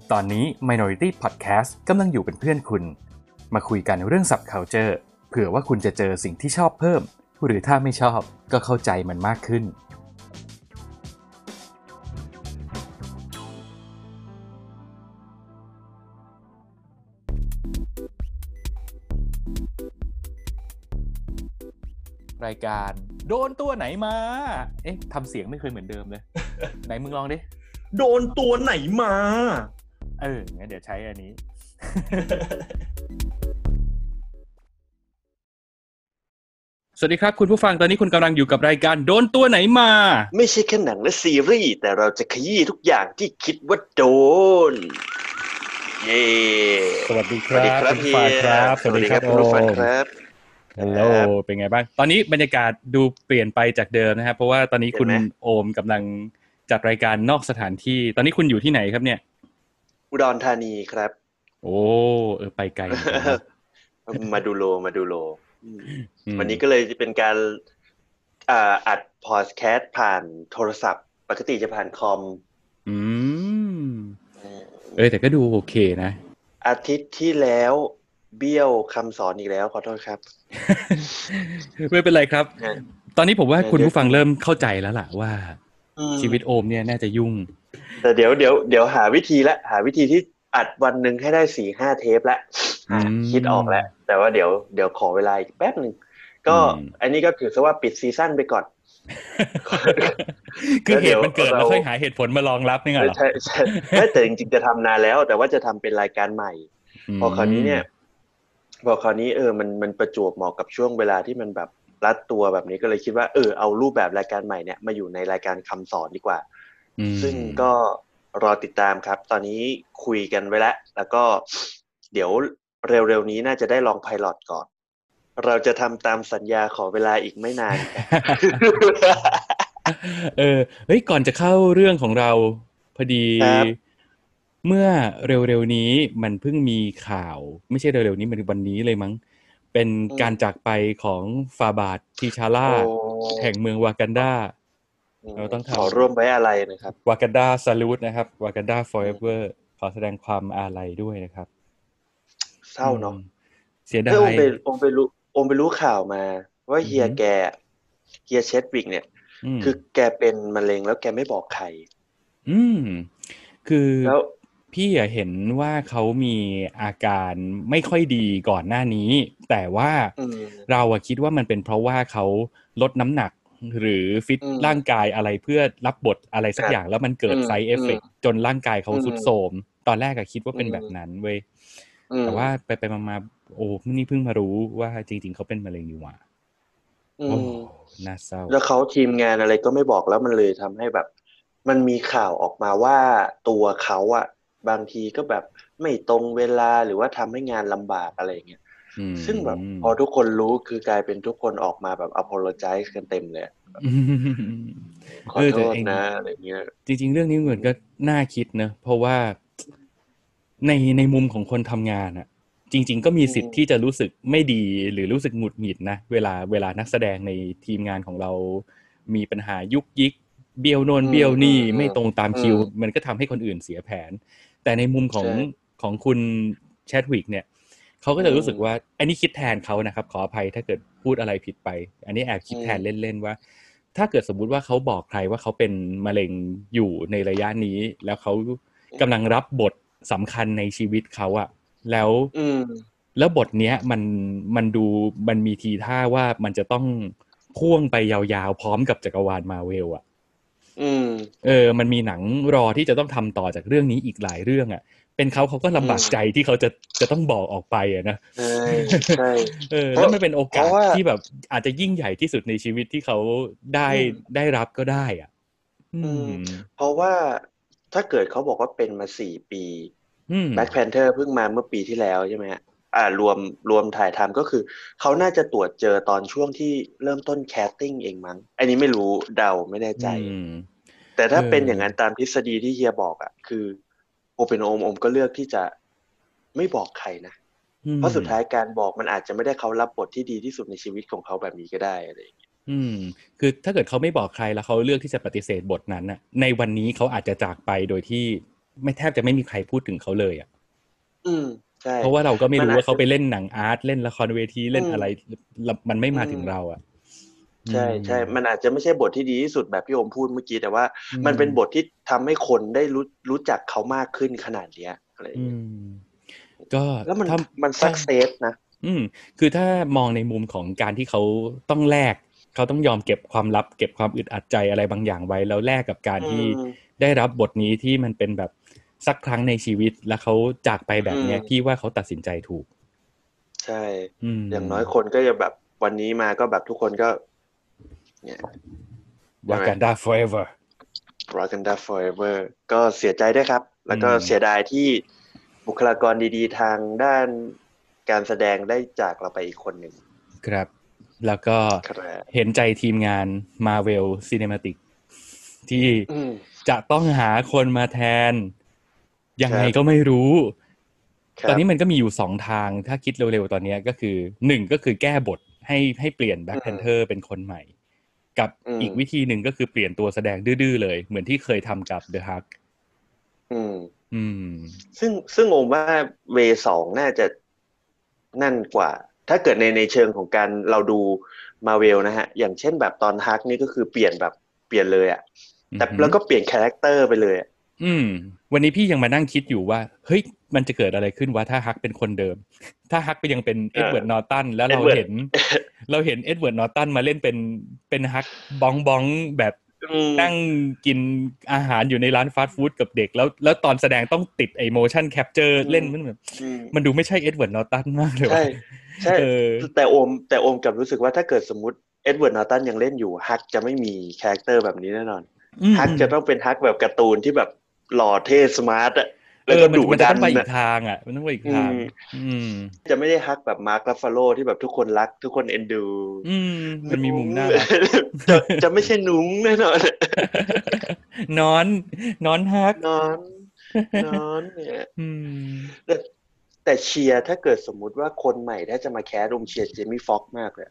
ตอนนี้ Minority Podcast กำลังอยู่เป็นเพื่อนคุณมาคุยกันเรื่อง Subculture เผื่อว่าคุณจะเจอสิ่งที่ชอบเพิ่มหรือถ้าไม่ชอบก็เข้าใจมันมากขึ้นรายการโดนตัวไหนมาทำเสียงไม่เคยเหมือนเดิมเลย ไหนมึงลองดิโดนตัวไหนมางั้นเดี๋ยวใช้อันนี้ สวัสดีครับคุณผู้ฟังตอนนี้คุณกำลังอยู่กับรายการโดนตัวไหนมาไม่ใช่แค่หนังและซีรีส์แต่เราจะขยี้ทุกอย่างที่คิดว่าโดนเย้สวัสดีครับคุณฟ้าครับสวัสดีครับคุณฟ้าครับฮัลโหลเป็นไงบ้างตอนนี้บรรยากาศดูเปลี่ยนไปจากเดิมนะครับเพราะว่าตอนนี้คุณโอมกำลังจัดรายการนอกสถานที่ตอนนี้คุณอยู่ที่ไหนครับเนี่ยอุดรธานีครับโอ้ไปไกลมาดูโลวันนี้ก็เลยจะเป็นการอัดพอดแคสต์ผ่านโทรศัพท์ปกติจะผ่านคอมแต่ก็ดูโอเคนะอาทิตย์ที่แล้วเบี้ยวคำสอนอีกแล้วขอโทษครับไม่เป็นไรครับตอนนี้ผมว่าคุณผู้ฟังเริ่มเข้าใจแล้วล่ะว่าชีวิตโอมเนี่ยน่าจะยุ่งแต่เดี๋ยวหาวิธีที่อัดวันนึงให้ได้ 4-5 เทปละคิดออกแล้วแต่ว่าเดี๋ยวขอเวลาอีกแป๊บนึงก็อันนี้ก็ถือซะว่าปิดซีซั่นไปก่อนคือเหตุมันเกิดแล้วค่อยหาเหตุผลมารองรับนี่ไงเหรอใช่แต่จริงๆจะทำนานแล้วแต่ว่าจะทำเป็นรายการใหม่พอคราวนี้มันประจวบเหมาะกับช่วงเวลาที่มันแบบรัดตัวแบบนี้ก็เลยคิดว่าเอารูปแบบรายการใหม่เนี่ยมาอยู่ในรายการคำสอนดีกว่าซึ่งก็รอติดตามครับตอนนี้คุยกันไว้แล้วก็เดี๋ยวเร็วๆนี้น่าจะได้ลองไพลอตก่อนเราจะทำตามสัญญาขอเวลาอีกไม่นานเฮ้ยก่อนจะเข้าเรื่องของเราพอดีเมื่อเร็วๆนี้มันเพิ่งมีข่าวไม่ใช่เร็วๆนี้มันวันนี้เลยมั้งเป็นการจากไปของฟาบาททิชาร่าแห่งเมืองวากันดาเราต้องขอร่วมไว้อะไรนะครับวากันดาซาลูทนะครับวากันดา forever ขอแสดงความอาลัยด้วยนะครับเศร้าเนาะเสียดายองไปรู้ข่าวมาว่าเฮียเชดวิกเนี่ยคือแกเป็นมะเร็งแล้วแกไม่บอกใครคือแล้วพี่เห็นว่าเขามีอาการไม่ค่อยดีก่อนหน้านี้แต่ว่าเราคิดว่ามันเป็นเพราะว่าเขาลดน้ำหนักหรือฟิตร่างกายอะไรเพื่อรับบทอะไรสักอย่างแล้วมันเกิดไซด์เอฟเฟกต์จนร่างกายเขาทรุดโทรมตอนแรกคิดว่าเป็นแบบนั้นเว้ยแต่ว่าไปมาโอ้นี่เพิ่งมารู้ว่าจริงๆเขาเป็นมะเร็งอยู่ว่ะโอ้น่าเศร้าแล้วเขาทีมงานอะไรก็ไม่บอกแล้วมันเลยทำให้แบบมันมีข่าวออกมาว่าตัวเขาบางทีก็แบบไม่ตรงเวลาหรือว่าทำให้งานลำบากอะไรอย่างเงี้ยซึ่งแบบพอทุกคนรู้คือกลายเป็นทุกคนออกมาแบบ apologize กันเต็มเลยขอโทษนะอะไรเงี้ยจริงๆเรื่องนี้เหมือนก็น่าคิดนะเพราะว่าในมุมของคนทำงานจริงๆก็มีสิทธิ์ที่จะรู้สึกไม่ดีหรือรู้สึกหงุดหงิดนะเวลานักแสดงในทีมงานของเรามีปัญหายุกยิกเบี้ยวโน่นเบี้ยวนี่ไม่ตรงตามคิวมันก็ทำให้คนอื่นเสียแผนแต่ในมุมของคุณแชดวิกเนี่ยเขาก็จะรู้สึกว่าอันนี้คิดแทนเขานะครับขออภัยถ้าเกิดพูดอะไรผิดไปอันนี้แอบคิดแทนเล่นๆว่าถ้าเกิดสมมุติว่าเขาบอกใครว่าเขาเป็นมะเร็งอยู่ในระยะนี้แล้วเขากำลังรับบทสำคัญในชีวิตเขาแล้วบทเนี้ยมันดูมันมีทีท่าว่ามันจะต้องพ่วงไปยาวๆพร้อมกับจักรวาลมาร์เวลมันมีหนังรอที่จะต้องทำต่อจากเรื่องนี้อีกหลายเรื่องเป็นเขาก็ลำบากใจที่เขาจะต้องบอกออกไปนะใช่แล้วมันเป็นโอกาสที่แบบอาจจะยิ่งใหญ่ที่สุดในชีวิตที่เขาได้รับก็ได้เพราะว่าถ้าเกิดเขาบอกว่าเป็นมา4 ปีBlack Panther เพิ่งมาเมื่อปีที่แล้วใช่ไหมฮะรวมถ่ายทำก็คือเขาน่าจะตรวจเจอตอนช่วงที่เริ่มต้นแคสติ้งเองมั้งอันนี้ไม่รู้เดาไม่แน่ใจแต่ถ้าเป็นอย่างนั้นตามทฤษฎีที่เฮียบอกคือโอเป็นโอมก็เลือกที่จะไม่บอกใครนะเพราะสุดท้ายการบอกมันอาจจะไม่ได้เขารับบทที่ดีที่สุดในชีวิตของเขาแบบนี้ก็ได้อะไรอย่างเงี้ยคือถ้าเกิดเขาไม่บอกใครแล้วเขาเลือกที่จะปฏิเสธบทนั้นในวันนี้เขาอาจจะจากไปโดยที่ไม่แทบจะไม่มีใครพูดถึงเขาเลยอ่ะใช่เพราะว่าเราก็ไม่รู้ว่าเขาไปเล่นหนังอาร์ตเล่นละครเวทีเล่นอะไรมันไม่มาถึงเราอ่ะใช่ใช่มันอาจจะไม่ใช่บทที่ดีที่สุดแบบพี่โอมพูดเมื่อกี้แต่ว่ามันเป็นบทที่ทำให้คนได้รู้จักเขามากขึ้นขนาดเนี้ยอะไรอย่างเงี้ยก็แล้วมันสักเซสนะคือถ้ามองในมุมของการที่เขาต้องแลกเขาต้องยอมเก็บความลับเก็บความอึดอัดใจอะไรบางอย่างไว้แล้วแลกกับการที่ได้รับบทนี้ที่มันเป็นแบบสักครั้งในชีวิตแล้วเขาจากไปแบบเนี้ยพี่ว่าเขาตัดสินใจถูกใช่อย่างน้อยคนก็จะแบบวันนี้มาก็แบบทุกคนก็เนี่ย Wakanda forever Wakanda forever ก็เสียใจด้วยครับแล้วก็เสียดายที่บุคลากรดีๆทางด้านการแสดงได้จากเราไปอีกคนหนึ่งครับแล้วก็เห็นใจทีมงาน Marvel Cinematic ที่จะต้องหาคนมาแทนยังไงก็ไม่รู้ตอนนี้มันก็มีอยู่2ทางถ้าคิดเร็วๆตอนนี้ก็คือ1ก็คือแก้บทให้เปลี่ยน Black Panther เป็นคนใหม่กับอีกวิธีหนึ่งก็คือเปลี่ยนตัวแสดงดื้อๆเลยเหมือนที่เคยทำกับ The Hulk ซึ่งผมว่าเว2น่าจะนั่นกว่าถ้าเกิดในเชิงของการเราดูมาเวลนะฮะอย่างเช่นแบบตอนฮักนี่ก็คือเปลี่ยนเลยอ่ะแต่แล้วก็เปลี่ยนคาแรคเตอร์ไปเลยวันนี้พี่ยังมานั่งคิดอยู่ว่าเฮ้ยมันจะเกิดอะไรขึ้นวะถ้าฮักเป็นคนเดิมถ้าฮักไปยังเป็นเอ็ดเวิร์ดนอร์ตันแล้วเราเห็นเอ็ดเวิร์ดนอร์ตันมาเล่นเป็นฮักบ้องแบบนั่งกินอาหารอยู่ในร้านฟาสต์ฟู้ดกับเด็กแล้วตอนแสดงต้องติดไอ้ motion capture เล่นมันดูไม่ใช่เอ็ดเวิร์ดนอร์ตันมากเลยใช่แต่โอมกับรู้สึกว่าถ้าเกิดสมมติเอ็ดเวิร์ดนอร์ตันยังเล่นอยู่ฮักจะไม่มีคาแรคเตอร์แบบนี้แน่นอนฮักจะต้องเป็นฮักแบบการ์ตูนที่แบบหล่อเท่สมาร์ทอะแล้วก็ดุดันมันต้องไปอีกทางอ่ะมันต้องไปอีกทางจะไม่ได้ฮักแบบมาร์ค รัฟฟาโลที่แบบทุกคนรักทุกคนเอ็นดูมันมีมุมน่ารักจะไม่ใช่นุ้งแน่นอนนอนฮักนอนเนี่ยแต่เชียร์ถ้าเกิดสมมุติว่าคนใหม่ถ้าจะมาแคสเชียร์เจมี่ฟ็อกมากเลย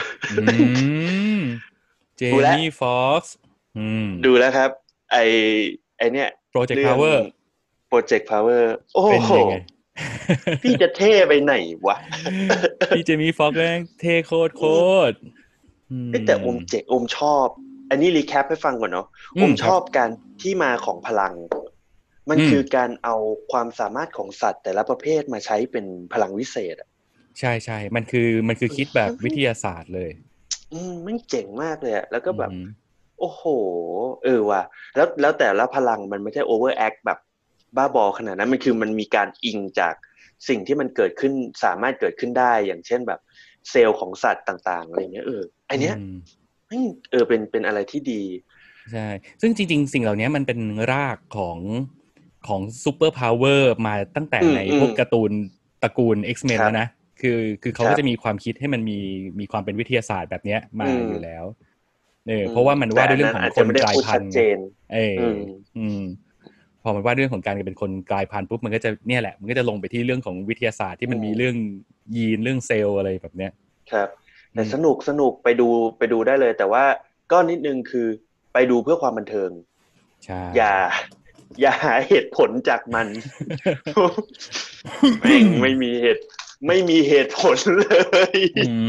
เจมี่ฟ็อกดูแล้วครับไอเนี่ย Project Power Project Power โอ้โหพี่จะเท่ไปไหนวะพี่เจมี่ฟ็อกแม่งเท่โคตรแต่อมชอบอันนี้รีแคปให้ฟังก่อนเนาะอมชอบการที่มาของพลังมันคือการเอาความสามารถของสัตว์แต่ละประเภทมาใช้เป็นพลังวิเศษใช่ๆมันคือคิดแบบวิทยาศาสตร์เลยมันเจ๋งมากเลยแล้วก็แบบโอ้โหว่ะแล้วแต่ละพลังมันไม่ใช่โอเวอร์แอคแบบบ้าบอขนาดนั้นมันมีการอิงจากสิ่งที่มันเกิดขึ้นสามารถเกิดขึ้นได้อย่างเช่นแบบเซลล์ของสัตว์ต่างๆอะไรเงี้ยไอเนี้ยเป็นอะไรที่ดีใช่ซึ่งจริงๆสิ่งเหล่านี้มันเป็นรากของซูเปอร์พาวเวอร์มาตั้งแต่ในพวกการ์ตูนตระกูล X-Men แล้วนะคือเขาก็จะมีความคิดให้มันมีความเป็นวิทยาศาสตร์แบบนี้มาอยู่แล้วเพราะว่ามันว่าด้วยเรื่องของคนกลายพันธุ์พอมันว่าเรื่องของการเป็นคนกลายพันธุ์ปุ๊บมันก็จะเนี่ยแหละมันก็จะลงไปที่เรื่องของวิทยาศาสตร์ที่มันมีเรื่องยีนเรื่องเซลล์อะไรแบบเนี้ยครับแต่สนุกไปดูได้เลยแต่ว่าก็นิดนึงคือไปดูเพื่อความบันเทิงอย่าหาเหตุผลจากมันไม่มีเหตุผลเลย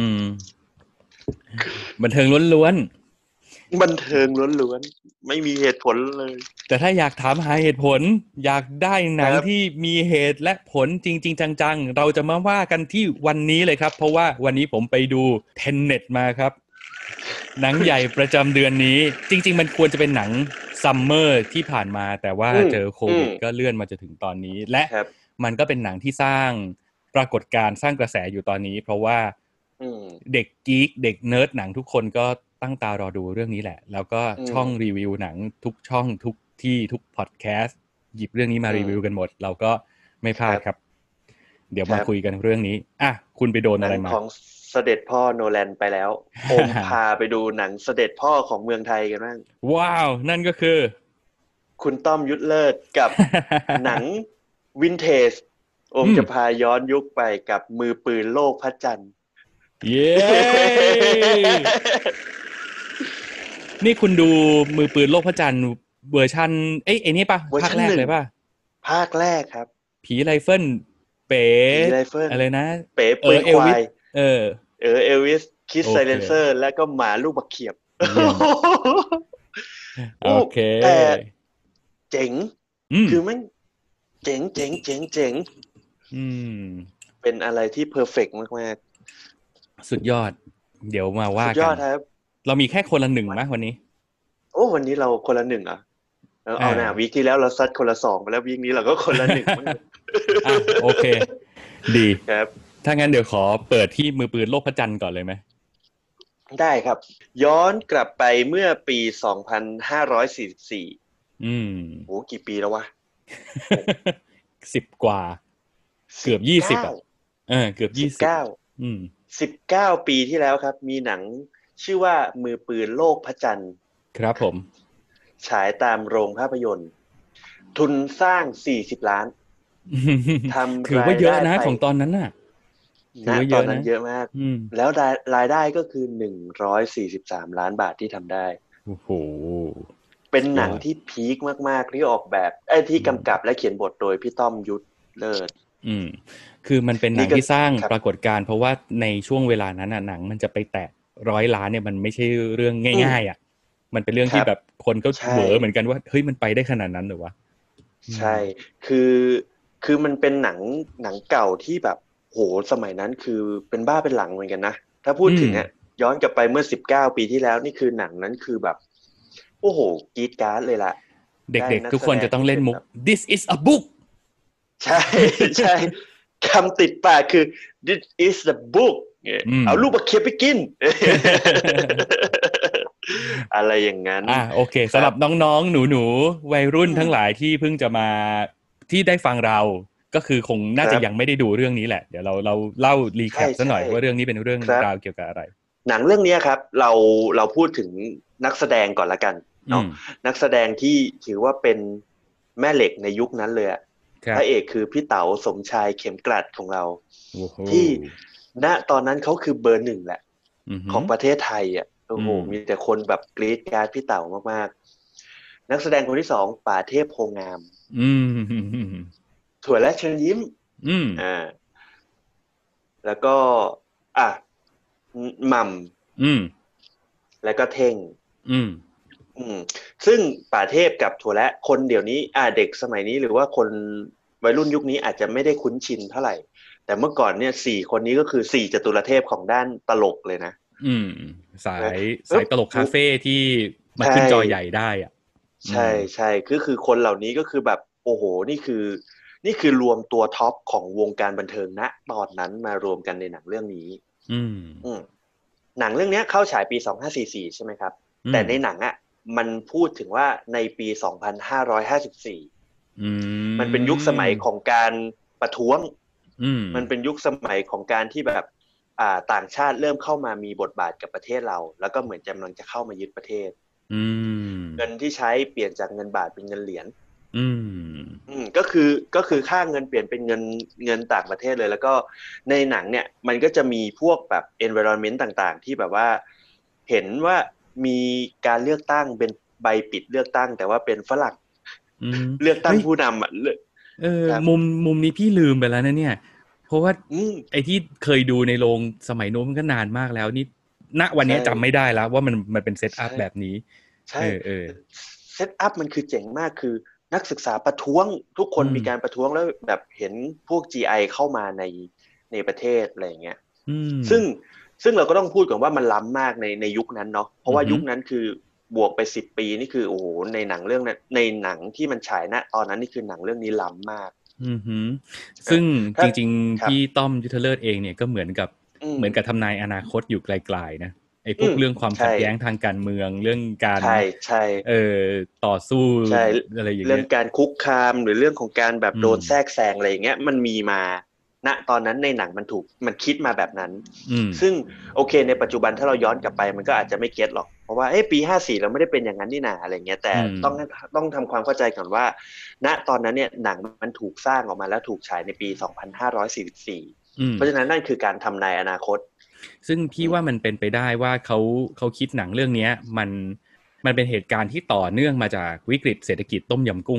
บันเทิงล้วนๆบันเทิงล้วนๆไม่มีเหตุผลเลยแต่ถ้าอยากถามหาเหตุผลอยากได้หนังที่มีเหตุและผลจริงๆจังๆเราจะมาว่ากันที่วันนี้เลยครับเพราะว่าวันนี้ผมไปดู Tenet มาครับหนังใหญ่ประจำเดือนนี้จริงๆมันควรจะเป็นหนังซัมเมอร์ที่ผ่านมาแต่ว่าเจอโควิดก็เลื่อนมาจนถึงตอนนี้และมันก็เป็นหนังที่สร้างปรากฏการณ์สร้างกระแสอยู่ตอนนี้เพราะว่าเด็กกี๊กเด็กเนิร์ดหนังทุกคนก็ตั้งตารอดูเรื่องนี้แหละแล้วก็ช่องรีวิวหนังทุกช่องทุกที่ทุกพอดแคสต์หยิบเรื่องนี้มารีวิวกันหมดเราก็ไม่พลาดครับเดี๋ยวมาคุยกันเรื่องนี้อ่ะคุณไปโดนอะไรมาของเสด็จพ่อโนแลนไปแล้วผม พาไปดูหนังเสด็จพ่อของเมืองไทยกันบ้างว้าวนั่นก็คือคุณต้อมยุทธเลิศกับหนังวินเทจผมจะพาย้อนยุคไปกับมือปืนโลกพระจันทร์เย้นี่คุณดูมือปืนโลกพระจันทร์เวอร์ชันไอ้นี่ป่ะภาคแรกเลยป่ะภาคแรกครับผีไรเฟิลเป๋ผีไรเฟิลอะไรนะเป๋ปืนควายเอลวิสเออเอลวิสคิดไซโอเคเลนเซอร์แล้วก็หมาลูกบักเขียบเยี่ยมโออู้เคแต่เจ๋งอืมคือมันเจ๋งเจ๋งเจ๋งเจ๋งอืมเป็นอะไรที่เพอร์เฟกต์มากสุดยอดเดี๋ยวมาๆสุดยว่ากันอดครับเรามีแค่คนละหนึ่งวันมั้ยวันนี้โอ้วันนี้เราคนละหนึ่งเหรอ่ะเอาหน่าวีคที่แล้วเราซัดคนละสองไปแล้ววีคนี้เราก็คนละหนึ่งมั้งอ่ะโอเคดีครับถ้างั้นเดี๋ยวขอเปิดที่มือปืนโลกพระจันทร์ก่อนเลยไหมได้ครับย้อนกลับไปเมื่อปี2544 อืมโอ้กี่ปีแล้ววะ 10 กว่าเกือบ20อ่ะเกือบ20 19 อืม 19 ปีที่แล้วครับมีหนังชื่อว่ามือปืนโลกพระจันทร์ครับผมฉายตามโรงภาพยนตร์ทุนสร้าง40 ล้าน ทถืำราอว่าเยอะยได้ไปนะของตอนนั้นน่ะถืณอว่าตอนนั้นเยอะนะเยอะมากอืมแล้วรายได้ก็คือ143 ล้านบาทที่ทำได้โอ้โหเป็นสุดยอดหนังที่พีคมากๆที่ออกแบบที่อืมกำกับและเขียนบทโดยพี่ต้อมยุทธเลิศอืมคือมันเป็นหนันี่ก็งที่สร้างครับปรากฏการณ์เพราะว่าในช่วงเวลานั้นน่ะหนังมันจะไปแตะ100 ล้านเนี่ยมันไม่ใช่เรื่องอืมง่ายๆอ่ะมันเป็นเรื่องครับที่แบบคนก็ใช่เหวอเหมือนกันว่าเฮ้ยมันไปได้ขนาดนั้นเหรอวะอืมใช่คือคือมันเป็นหนังเก่าที่แบบโหสมัยนั้นคือเป็นบ้าเป็นหลังเหมือนกันนะถ้าพูดอืมถึงอ่ะย้อนกลับไปเมื่อ19 ปีที่แล้วนี่คือหนังนั้นคือแบบโอ้โหกรี๊ดกราร์ดเลยล่ะเได้ด็กๆทุกคนนักแสดงจะต้องเล่นมุกที่เป็นแบบ This is a book ใช่ใช่คำติดปากคือ this is the book เนี่ยอืมเอาลูกมาเคียบไปกิน อะไรอย่างนั้นโอเคครับสำหรับน้องๆหนูๆวัยรุ่นทั้งหลายที่เพิ่งจะมาที่ได้ฟังเราก็คือคงคน่าจะรับยังไม่ได้ดูเรื่องนี้แหละเดี๋ยวเราเล่ารีแคใช่ปซะหน่ใช่อยว่าเรื่องนี้เป็นเรื่องครับราวเกี่ยวกับอะไรหนังเรื่องนี้ครับเราพูดถึงนักแสดงก่อนละกันอืเนาะมนักแสดงที่ถือว่าเป็นแม่เหล็กในยุคนั้นเลยอะครับพระเอกคือพี่เต๋าสมชายเข็มกลัดของเราโอ้โหที่ณตอนนั้นเขาคือเบอร์หนึ่งแหละอือหือของประเทศไทยอ่ะโอ้โหอืมมีแต่คนแบบกรี๊ดกราร์ดพี่เต๋ามากๆนักแสดงคนที่สองป๋าเทพโพงามอืมถั่วและเชิญยิ้มอืมอ่าแล้วก็อ่ะหม่อืมำแล้วก็เท่งอืมอืมซึ่งป๋าเทพกับถั่วและคนเดี๋ยวนี้เด็กสมัยนี้หรือว่าคนวัยรุ่นยุคนี้อาจจะไม่ได้คุ้นชินเท่าไหร่แต่เมื่อก่อนเนี่ย4 คนนี้ก็คือ4 จตุรเทพของด้านตลกเลยนะอืมสานะยเอ๊บตลกคาเฟ่ที่มาใช่ขึ้นจอใหญ่ได้อ่ะอืใช่มใช่คือคนเหล่านี้ก็คือแบบโอ้โหนี่คือรวมตัวท็อปของวงการบันเทิงณตอนนั้นมารวมกันในหนังเรื่องนี้อืมอืมหนังเรื่องนี้เข้าฉายปี2544ใช่ไหมครับอืมแต่ในหนังอ่ะมันพูดถึงว่าในปี2554 อืมันเป็นยุคสมัยของมการประท้วงอืมมันเป็นยุคสมัยของการที่แบบต่างชาติเริ่มเข้ามามีบทบาทกับประเทศเราแล้วก็เหมือนกำลังจะเข้ามายึดประเทศอืเงินมที่ใช้เปลี่ยนจากเงินบาทเป็นเงินเหรียญอืมก็คือค่าเงินเปลี่ยนเป็นเงินต่างประเทศเลยแล้วก็ในหนังเนี่ยมันก็จะมีพวกแบบ environment ต่างๆที่แบบว่าเห็นว่ามีการเลือกตั้งเป็นใบปิดเลือกตั้งแต่ว่าเป็นฝรั่งอืมเลือกตั้เฮ้ยงผู้นำอ่ะเลือกครับมุมนี้พี่ลืมไปแล้วนะเนี่ยเพราะว่าอืมไอ้ที่เคยดูในโรงสมัยโน้นมันก็นานมากแล้วนี่ณวันใช่นี้จำไม่ได้แล้วว่ามันเป็นเซตอัพใช่แบบนี้ใช่เออเซตอัพมันคือเจ๋งมากคือนักศึกษาประท้วงทุกคนอืมมีการประท้วงแล้วแบบเห็นพวก GI เข้ามาในประเทศอะไรอย่างเงี้ยอืมซึ่งซึ่งเราก็ต้องพูดก่อนว่ามันล้ำมากในยุคนั้นเนาะเพราะว่าอือหือยุคนั้นคือบวกไป10 ปีนี่คือโอ้โหในหนังเรื่องนั้นในหนังที่มันฉายณตอนนั้นนี่คือหนังเรื่องนี้ล้ำมากอือหือนะซึ่งจถ้าริงๆครับพี่ต้อมยุทธเลิศเองเนี่ยก็อืมเหมือนกับทำนายอนาคตอยู่ไกลๆนะไอ้พอืมวกเรื่องความใช่ขัดแย้งทางการเมืองเรื่องการใช่ใช่เอ่อต่อสู้ใช่อะไรอย่างเรื่เงี้ยองการคุกคามหรือเรื่องของการแบบอืมโดนแทรกแซงอะไรอย่างเงี้ยมันมีมาณตอนนั้นในหนังมันคิดมาแบบนั้นอืมซึ่งโอเคในปัจจุบันถ้าเราย้อนกลับไปมันก็อาจจะไม่เก็ตหรอกเพราะว่าเอ้ปี54เราไม่ได้เป็นอย่างนั้นนี่นาอะไรเงี้ยแต่อืมต้องทำความเข้าใจก่อนว่าณตอนนั้นเนี่ยหนังมันถูกสร้างออกมาแล้วถูกฉายในปี2544 อืมเพราะฉะนั้นนั่นคือการทำนายอนาคตซึ่งพี่อืมว่ามันเป็นไปได้ว่าเขาคิดหนังเรื่องเนี้ยมันเป็นเหตุการณ์ที่ต่อเนื่องมาจากวิกฤตเศรษฐกิจต้มยำกุ้งไง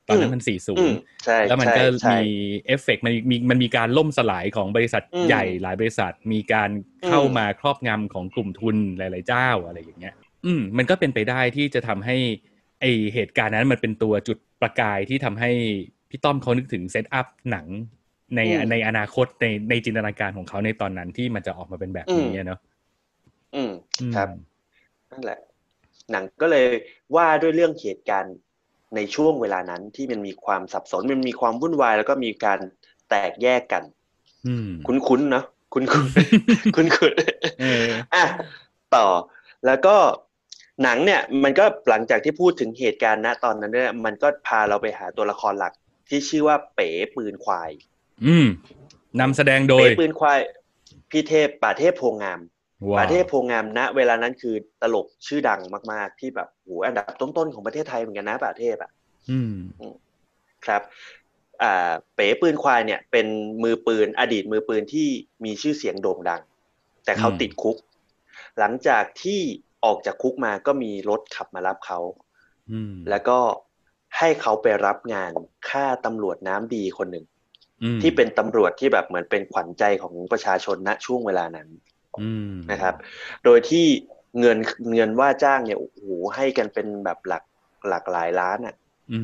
ตอนนั้นมัน40 ใช่แล้วมันก็ใช่มีเอฟเฟกต์มันมีการล่มสลายของบริษัทใหญ่หลายบริษัทมีการเข้ามาครอบงำของกลุ่มทุนหลายๆเจ้าอะไรอย่างเงี้ยมันก็เป็นไปได้ที่จะทำให้ไอเหตุการณ์นั้นมันเป็นตัวจุดประกายที่ทำให้พี่ต้อมเขานึกถึงเซตอัพหนังในอนาคตในจินตนาการของเขาในตอนนั้นที่มันจะออกมาเป็นแบบนี้เนาะครับนั่นแหละหนังก็เลยว่าด้วยเรื่องเหตุการณ์ในช่วงเวลานั้นที่มันมีความสับสนมันมีความวุ่นวายแล้วก็มีการแตกแยกกันคุ้นๆเนาะคุ้นๆคุ้นๆอ่ะต่อแล้วก็หนังเนี่ยมันก็หลังจากที่พูดถึงเหตุการณ์ณตอนนั้นเนี่ยมันก็พาเราไปหาตัวละครหลักที่ชื่อว่าเป๋ปืนควายนำแสดงโดยเป๋ปืนควายพี่เทพป่าเทพโพงามป่าเทพโพงามณเวลานั้นคือตลกชื่อดังมากๆที่แบบโหอันดับต้นๆของประเทศไทยเหมือนกันนะป่าเทพครับเป๋ปืนควายเนี่ยเป็นมือปืนอดีตมือปืนที่มีชื่อเสียงโด่งดังแต่เขาติดคุกหลังจากที่ออกจากคุกมาก็มีรถขับมารับเขาแล้วก็ให้เขาไปรับงานฆ่าตำรวจน้ำดีคนหนึ่งที่เป็นตำรวจที่แบบเหมือนเป็นขวัญใจของประชาชนณช่วงเวลานั้นนะครับโดยที่เงินว่าจ้างเนี่ยโอ้โหให้กันเป็นแบบหลักหลายล้านอ่ะ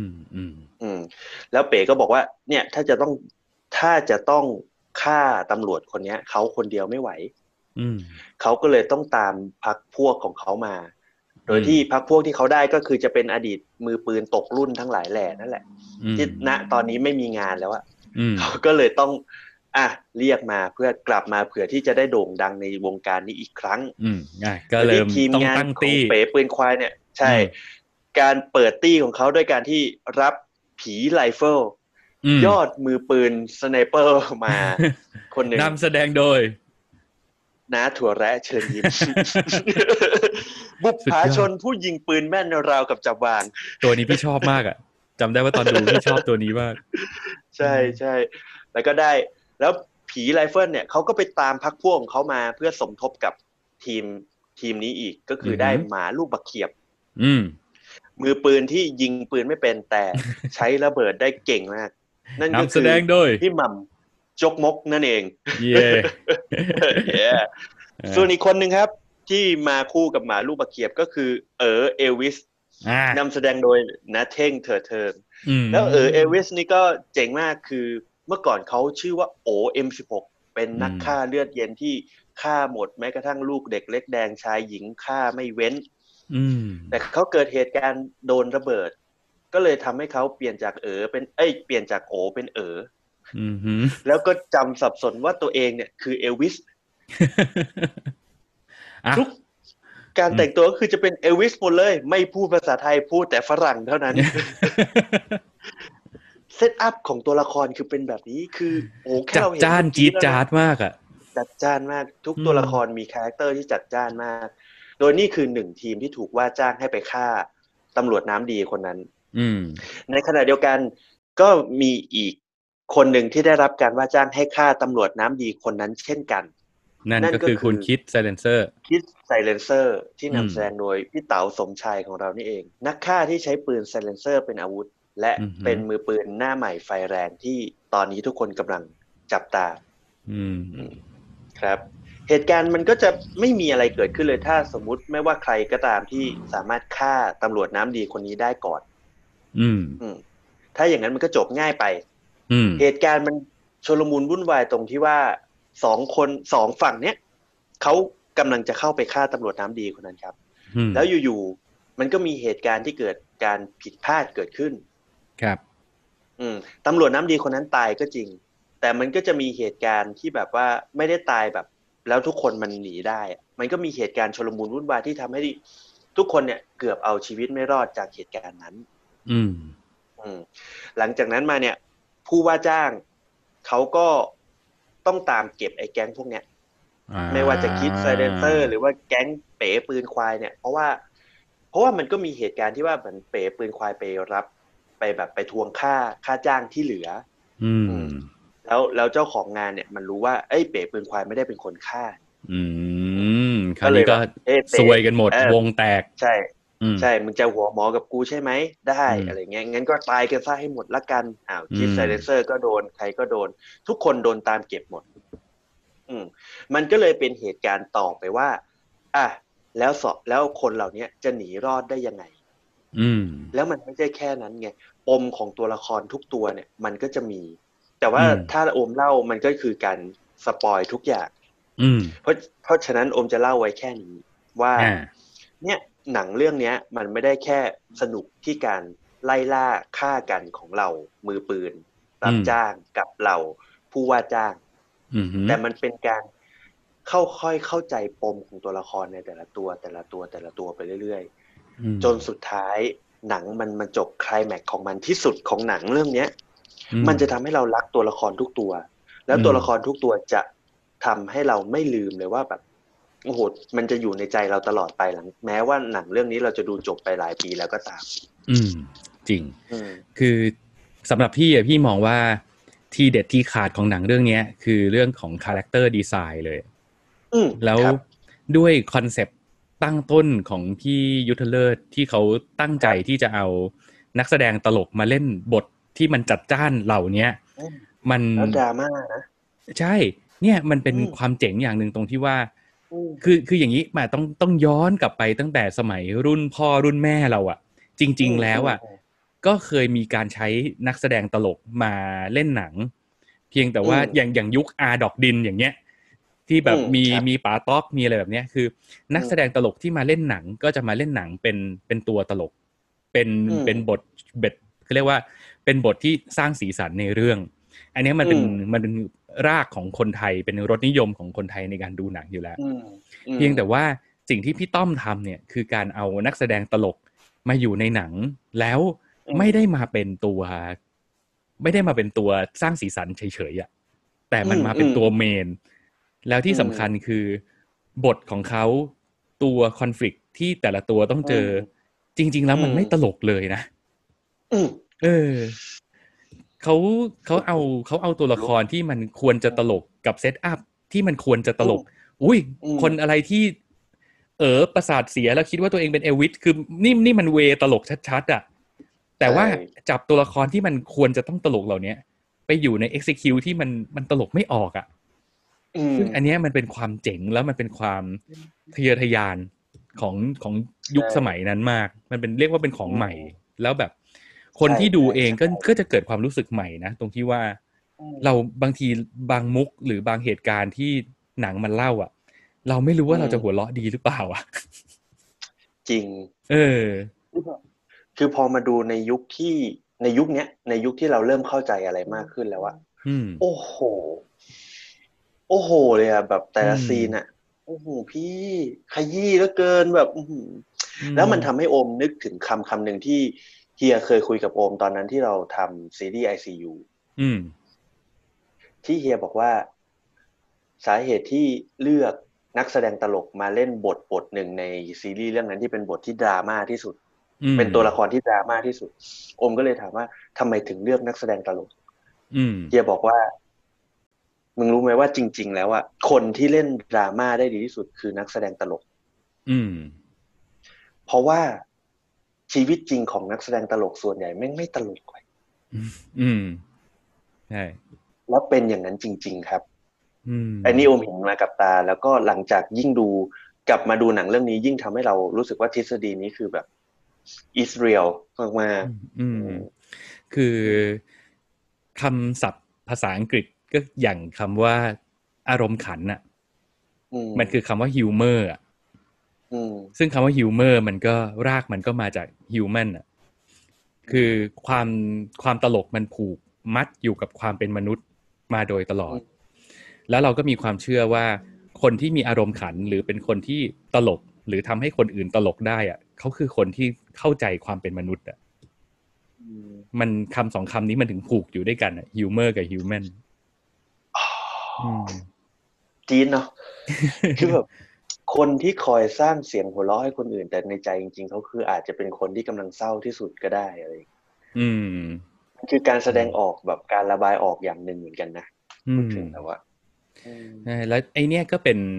แล้วเป๋ก็บอกว่าเนี่ยถ้าจะต้องฆ่าตำรวจคนนี้เขาคนเดียวไม่ไหวเขาก็เลยต้องตามพรรคพวกของเขามาโดยที่พรรคพวกที่เขาได้ก็คือจะเป็นอดีตมือปืนตกรุ่นทั้งหลายแหล่นั่นแหละที่ณตอนนี้ไม่มีงานแล้วอะเขาก็เลยต้องเรียกมาเพื่อกลับมาเผื่อที่จะได้โด่งดังในวงการนี้อีกครั้งก็เลยทีมงานของเป๋ปืนควายเนี่ยใช่การเปิดตี้ของเขาด้วยการที่รับผีไรเฟิลยอดมือปืนสไนเปอร์มาคนหนึ่งนำแสดงโดยน้าถั่วแระเชิญยิ้มบุปผาชนผู้ยิงปืนแม่นราวกับจับวางตัวนี้พี่ชอบมากอ่ะจำได้ว่าตอนดูพี่ชอบตัวนี้มากใช่ใช่แล้วก็ได้แล้วผีไรเฟิลเนี่ยเขาก็ไปตามพรรคพวกของเขามาเพื่อสมทบกับทีมนี้อีกก็คือได้หมาลูกบักเขียบมือปืนที่ยิงปืนไม่เป็นแต่ใช้ระเบิดได้เก่งมากนั่นก็คือพี่หม่ำจกมกนั่นเองส่วนอีกคนหนึ่งครับที่มาคู่กับหมาลูกบักเขียบก็คือเอลวิสนำแสดงโดยณเท่งเถิดเทิงแล้วเอลวิสนี่ก็เจ๋งมากคือเมื่อก่อนเขาชื่อว่าโอ M16 เป็นนักฆ่าเลือดเย็นที่ฆ่าหมดแม้กระทั่งลูกเด็กเล็กแดงชายหญิงฆ่าไม่เว้นแต่เขาเกิดเหตุการณ์โดนระเบิดก็เลยทำให้เขาเปลี่ยนจากเปลี่ยนจากโอเป็นแล้วก็จำสับสนว่าตัวเองเนี่ยคือเอลวิสทุกการแต่งตัวก็คือจะเป็นเอลวิสหมดเลยไม่พูดภาษาไทยพูดแต่ฝรั่งเท่านั้นเซตอัพของตัวละครคือเป็นแบบนี้คือแค่เราเห็นจัดจ้านจี๊ดจ๊าดมากอ่ะจัดจ้านมากทุกตัวละครมีคาแรคเตอร์ที่จัดจ้านมากโดยนี่คือหนึ่งทีมที่ถูกว่าจ้างให้ไปฆ่าตำรวจน้ำดีคนนั้นในขณะเดียวกันก็มีอีกคนหนึ่งที่ได้รับการว่าจ้างให้ฆ่าตำรวจน้ำดีคนนั้นเช่นกันนั่นก็คือคุณคิดไซเลนเซอร์ที่นำแสดงโดยพี่เต๋าสมชายของเรานี่เองนักฆ่าที่ใช้ปืนไซเลนเซอร์เป็นอาวุธและเป็นมือปืนหน้าใหม่ไฟแรงที่ตอนนี้ทุกคนกำลังจับตาครับเหตุการณ์มันก็จะไม่มีอะไรเกิดขึ้นเลยถ้าสมมุติไม่ว่าใครก็ตามที่สามารถฆ่าตำรวจน้ำดีคนนี้ได้ก่อนถ้าอย่างนั้นมันก็จบง่ายไปเหตุการณ์มันชุลมุนวุ่นวายตรงที่ว่าสองฝั่งเนี้ยเขากำลังจะเข้าไปฆ่าตำรวจน้ำดีคนนั้นครับแล้วอยู่ๆมันก็มีเหตุการณ์ที่เกิดการผิดพลาดเกิดขึ้นครับตำรวจน้ำดีคนนั้นตายก็จริงแต่มันก็จะมีเหตุการณ์ที่แบบว่าไม่ได้ตายแบบแล้วทุกคนมันหนีได้มันก็มีเหตุการณ์ชุลมุนวุ่นวายที่ทำให้ทุกคนเนี่ยเกือบเอาชีวิตไม่รอดจากเหตุการณ์นั้นหลังจากนั้นมาเนี่ยผู้ว่าจ้างเขาก็ต้องตามเก็บไอ้แก๊งพวกเนี้ยไม่ว่าจะคิดไซเลนเซอร์หรือว่าแก๊งเป๋ปืนควายเนี่ยเพราะว่ามันก็มีเหตุการณ์ที่ว่าเหมือนเป๋ปืนควายไปรับไปแบบไปทวงค่าจ้างที่เหลือแล้วเจ้าของงานเนี่ยมันรู้ว่าเอ้ยเป๋ปืนควายไม่ได้เป็นคนฆ่าคราวนี้ก็ซวยกันหมดวงแตกใช่ใช่มึงจะหัวหมอกับกูใช่ไหมได้อะไรเงี้ยงั้นก็ตายกันซะให้หมดละกันคิดไซเลนเซอร์ก็โดนใครก็โดนทุกคนโดนตามเก็บหมดมันก็เลยเป็นเหตุการณ์ต่อไปว่าอ่ะแล้วคนเหล่านี้จะหนีรอดได้ยังไงแล้วมันไม่ใช่แค่นั้นไงปมของตัวละครทุกตัวเนี่ยมันก็จะมีแต่ว่าถ้าโอมเล่ามันก็คือการสปอยทุกอย่างเพราะฉะนั้นโอมจะเล่าไว้แค่นี้ว่าเนี่ยหนังเรื่องนี้มันไม่ได้แค่สนุกที่การไล่ล่าฆ่ากันของเรามือปืนรับจ้างกับเราผู้ว่าจ้างแต่มันเป็นการค่อยเข้าใจปมของตัวละครในแต่ละตัวไปเรื่อยๆจนสุดท้ายหนังมันจบไคลแม็กซ์ของมันที่สุดของหนังเรื่องนี้มันจะทำให้เรารักตัวละครทุกตัวแล้วตัวละครทุกตัวจะทำให้เราไม่ลืมเลยว่าแบบโอ้โหมันจะอยู่ในใจเราตลอดไปหลังแม้ว่าหนังเรื่องนี้เราจะดูจบไปหลายปีแล้วก็ตามจริงคือสำหรับพี่มองว่าทีเด็ดที่ขาดของหนังเรื่องนี้คือเรื่องของคาแรคเตอร์ดีไซน์เลยแล้วด้วยคอนเซปต์ตั้งต้นของพี่ยุทธเลิศที่เขาตั้งใจที่จะเอานักแสดงตลกมาเล่นบทที่มันจัดจ้านเหล่านี้มันแล้วดราม่านะใช่เนี่ยมันเป็นความเจ๋งอย่างหนึ่งตรงที่ว่าคืออย่างนี้มาต้องย้อนกลับไปตั้งแต่สมัยรุ่นพ่อรุ่นแม่เราอะจริงๆแล้วอะก็เคยมีการใช้นักแสดงตลกมาเล่นหนังเพียงแต่ว่าอย่างยุคอาดอกดินอย่างเงี้ยที่แบบมีป๋าต๊อกมีอะไรแบบเนี้ยคือนักแสดงตลกที่มาเล่นหนังก็จะมาเล่นหนังเป็นตัวตลกเป็นบทเขาเรียกว่าเป็นบทที่สร้างสีสันในเรื่องอันนี้มันเป็นรากของคนไทยเป็นรสนิยมของคนไทยในการดูหนังอยู่แล้วเพียงแต่ว่าสิ่งที่พี่ต้อมทำเนี่ยคือการเอานักแสดงตลกมาอยู่ในหนังแล้วไม่ได้มาเป็นตัวสร้างสีสันเฉยๆอ่ะแต่มันมาเป็นตัวเมนแล้วที่สำคัญคือบทของเขาตัวคอนฟลิกต์ที่แต่ละตัวต้องเจอจริงๆแล้วมันไม่ตลกเลยนะเขาเอาตัวละครที่มันควรจะตลกกับเซตอัพที่มันควรจะตลกอุ้ยคนอะไรที่ประสาทเสียแล้วคิดว่าตัวเองเป็นเอลวิสคือนี่มันเวตลกชัดๆอ่ะแต่ว่าจับตัวละครที่มันควรจะต้องตลกเหล่านี้ไปอยู่ใน execute ที่มันตลกไม่ออกอ่ะซึ่งอันนี้มันเป็นความเจ๋งแล้วมันเป็นความทะเยอทะยานของยุคสมัยนั้นมากมันเป็นเรียกว่าเป็นของใหม่แล้วแบบคนที่ดูเองก็จะเกิดความรู้สึกใหม่นะตรงที่ว่าเราบางทีบางมุกหรือบางเหตุการณ์ที่หนังมันเล่าอ่ะเราไม่รู้ว่าเราจะหัวเราะดีหรือเปล่าอ่ะจริงคือพอมาดูในยุคเนี้ยในยุคที่เราเริ่มเข้าใจอะไรมากขึ้นแล้วอะโอ้โหเลยอะแบบแต่ละซีนอะโอ้โหพี่ขยี้เหลือเกินแบบแล้วมันทำให้โอมนึกถึงคำหนึ่งที่เฮียเคยคุยกับโอมตอนนั้นที่เราทำซีรีส์ ICU ที่เฮียบอกว่าสาเหตุที่เลือกนักแสดงตลกมาเล่นบทหนึ่งในซีรีส์เรื่องนั้นที่เป็นบทที่ดราม่าที่สุดเป็นตัวละครที่ดราม่าที่สุดโอมก็เลยถามว่าทำไมถึงเลือกนักแสดงตลกเฮียบอกว่ามึงรู้ไหมว่าจริงๆแล้วอ่ะคนที่เล่นดราม่าได้ดีที่สุดคือนักแสดงตลกเพราะว่าชีวิตจริงของนักแสดงตลกส่วนใหญ่แม่งไม่ตลกเลยใช่แล้วเป็นอย่างนั้นจริงๆครับอันนี้โอมเห็นมากับตาแล้วก็หลังจากยิ่งดูกลับมาดูหนังเรื่องนี้ยิ่งทำให้เรารู้สึกว่าทฤษฎีนี้คือแบบอิสเรียลมากๆคือคำศัพท์ภาษาอังกฤษก็อย่างคำว่าอารมณ์ขันน่ะมันคือคำว่าฮิวเมอร์อ่ะซึ่งคำว่าฮิวเมอร์มันก็รากมันก็มาจากฮิวแมนอ่ะคือความตลกมันผูกมัดอยู่กับความเป็นมนุษย์มาโดยตลอดแล้วเราก็มีความเชื่อว่าคนที่มีอารมณ์ขันหรือเป็นคนที่ตลกหรือทำให้คนอื่นตลกได้อ่ะเขาคือคนที่เข้าใจความเป็นมนุษย์อ่ะมันคำสองคำนี้มันถึงผูกอยู่ด้วยกันอ่ะฮิวเมอร์กับฮิวแมนจีนเนาะคือแบบคนที่คอยสร้างเสียงหัวเราะให้คนอื่นแต่ในใจจริงๆเขาคืออาจจะเป็นคนที่กำลังเศร้าที่สุดก็ได้อะไรคือการแสดงออกแบบการระบายออกอย่างหนึ่งเหมือนกันนะพูดถึงแต่ว่าแล้วไอเนี้ยก็เป็น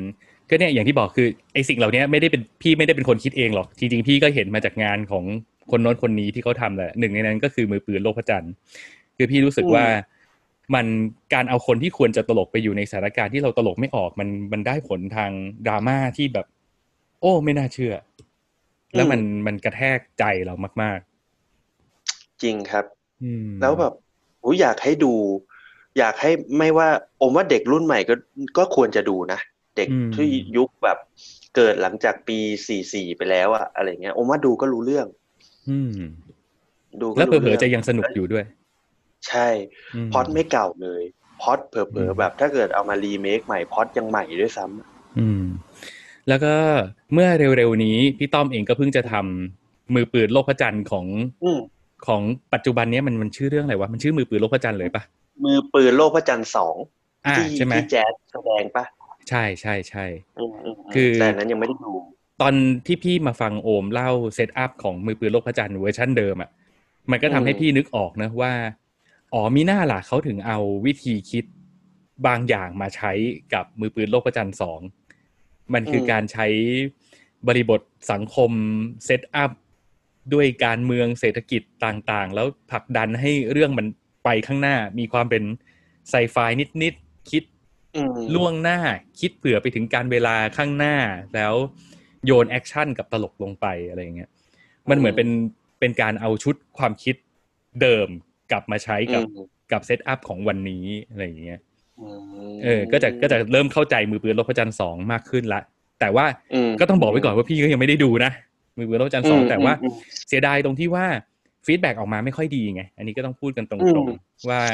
ก็เนี่ยอย่างที่บอกคือไอ้สิ่งเหล่านี้ไม่ได้เป็นพี่ไม่ได้เป็นคนคิดเองหรอกจริงๆพี่ก็เห็นมาจากงานของคนโน้นคนนี้ที่เขาทำแหละหนึ่งในนั้นก็คือมือปืนโลกพระจันทร์คือพี่รู้สึกว่ามันการเอาคนที่ควรจะตลกไปอยู่ในสถานการณ์ที่เราตลกไม่ออกมันได้ผลทางดราม่าที่แบบโอ้ไม่น่าเชื่อแล้วมันกระแทกใจเรามากๆจริงครับแล้วแบบอยากให้ดู อยากให้ไม่ว่าว่าเด็กรุ่นใหม่ก็ควรจะดูนะเด็กที่ยุคแบบเกิดหลังจากปี44ไปแล้วอะอะไรเงี้ยว่าดูก็รู้เรื่องดูแล้วเผลอๆจะยังสนุกอยู่ด้วยใช่พอดไม่เก่าเลยพอดเผลอๆแบบถ้าเกิดเอามารีเมคใหม่พอดยังใหม่ด้วยซ้ำแล้วก็เมื่อเร็วๆนี้พี่ต้อมเองก็เพิ่งจะทำมือปืนโลกพระจันทร์ของปัจจุบันนี้มันชื่อเรื่องอะไรวะมันชื่อมือปืนโลกพระจันทร์เลยปะมือปืนโลกพระจันทร์2ที่แจ๊สแสดงปะใช่ใช่ใช่คือแต่นั้นยังไม่ได้ดูตอนที่พี่มาฟังโอมเล่าเซตอัพของมือปืนโลกพระจันทร์เวอร์ชันเดิมอ่ะมันก็ทำให้พี่นึกออกนะว่ามีหน้าล่ะเขาถึงเอาวิธีคิดบางอย่างมาใช้กับมือปืนโลกพระจันทร์2มันคือการใช้บริบทสังคมเซตอัพด้วยการเมืองเศรษฐกิจต่างๆแล้วผลักดันให้เรื่องมันไปข้างหน้ามีความเป็นไซไฟนิดๆคิดล่วงหน้าคิดเผื่อไปถึงการเวลาข้างหน้าแล้วโยนแอคชั่นกับตลกลงไปอะไรอย่างเงี้ยมันเหมือนเป็นการเอาชุดความคิดเดิมกลับมาใช้กับเซตอัพของวันนี้อะไรอย่างเงี้ยก็จะเริ่มเข้าใจมือปืนโลกพระจันทร์2มากขึ้นละแต่ว่าก็ต้องบอกไว้ก่อนว่าพี่ก็ยังไม่ได้ดูนะมือปืนโลกพระจันทร์2แต่ว่าเสียดายตรงที่ว่าฟีดแบ็กออกมาไม่ค่อยดีไงอันนี้ก็ต้องพูดกันตรงๆว่า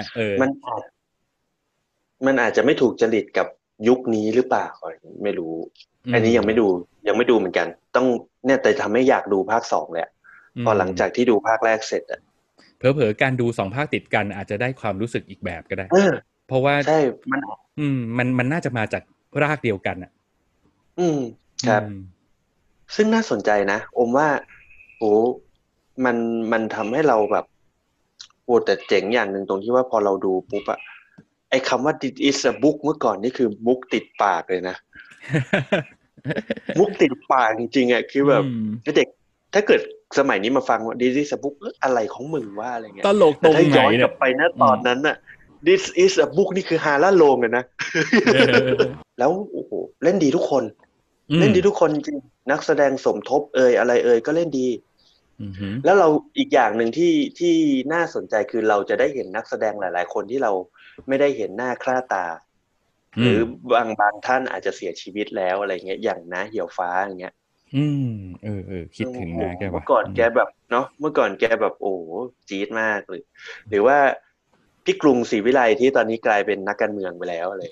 มันอาจจะไม่ถูกจริตกับยุคนี้หรือเปล่าไม่รู้อันนี้ยังไม่ดูเหมือนกันต้องเนี่ยแต่ทำให้อยากดูภาค2เลยพอหลังจากที่ดูภาคแรกเสร็จอ่ะเผลอๆการดู2ภาคติดกันอาจจะได้ความรู้สึกอีกแบบก็ได้เพราะว่าใช่มันน่าจะมาจากรากเดียวกันอ่ะครับซึ่งน่าสนใจนะว่ามันทำให้เราแบบแต่เจ๋งอย่างหนึ่งตรงที่ว่าพอเราดูปุ๊บอะไอ้คำว่า this is a book เมื่อก่อนนี่คือมุกติดปากเลยนะ มุกติดปากจริงๆอ่ะคือแบบเด็กถ้าเกิดสมัยนี้มาฟังว่า this is a book อะไรของมึงว่าอะไรเงี้ยตลกตรงไหนถ้าย้อนกลับไปนะตอนนั้นน่ะ this is a book นี่คือฮาล่าโลงเลยนะแล้วโอ้โหเล่นดีทุกคนเล่นดีทุกคนจริงนักแสดงสมทบอะไรก็เล่นดีแล้วเราอีกอย่างหนึ่งที่น่าสนใจคือเราจะได้เห็นนักแสดงหลายๆคนที่เราไม่ได้เห็นหน้าค่าตาหรือบางท่านอาจจะเสียชีวิตแล้วอะไรเงี้ยอย่างน้าเหี่ยวฟ้าอย่างเงี้ยคิดถึงนะแกว่าเมื่อก่อนแกแบบเนาะเมื่อก่อนแกแบบโอ้จี๊ดมากเลยหรือว่าพี่กรุงศรีวิไลที่ตอนนี้กลายเป็นนักการเมืองไปแล้วอะไร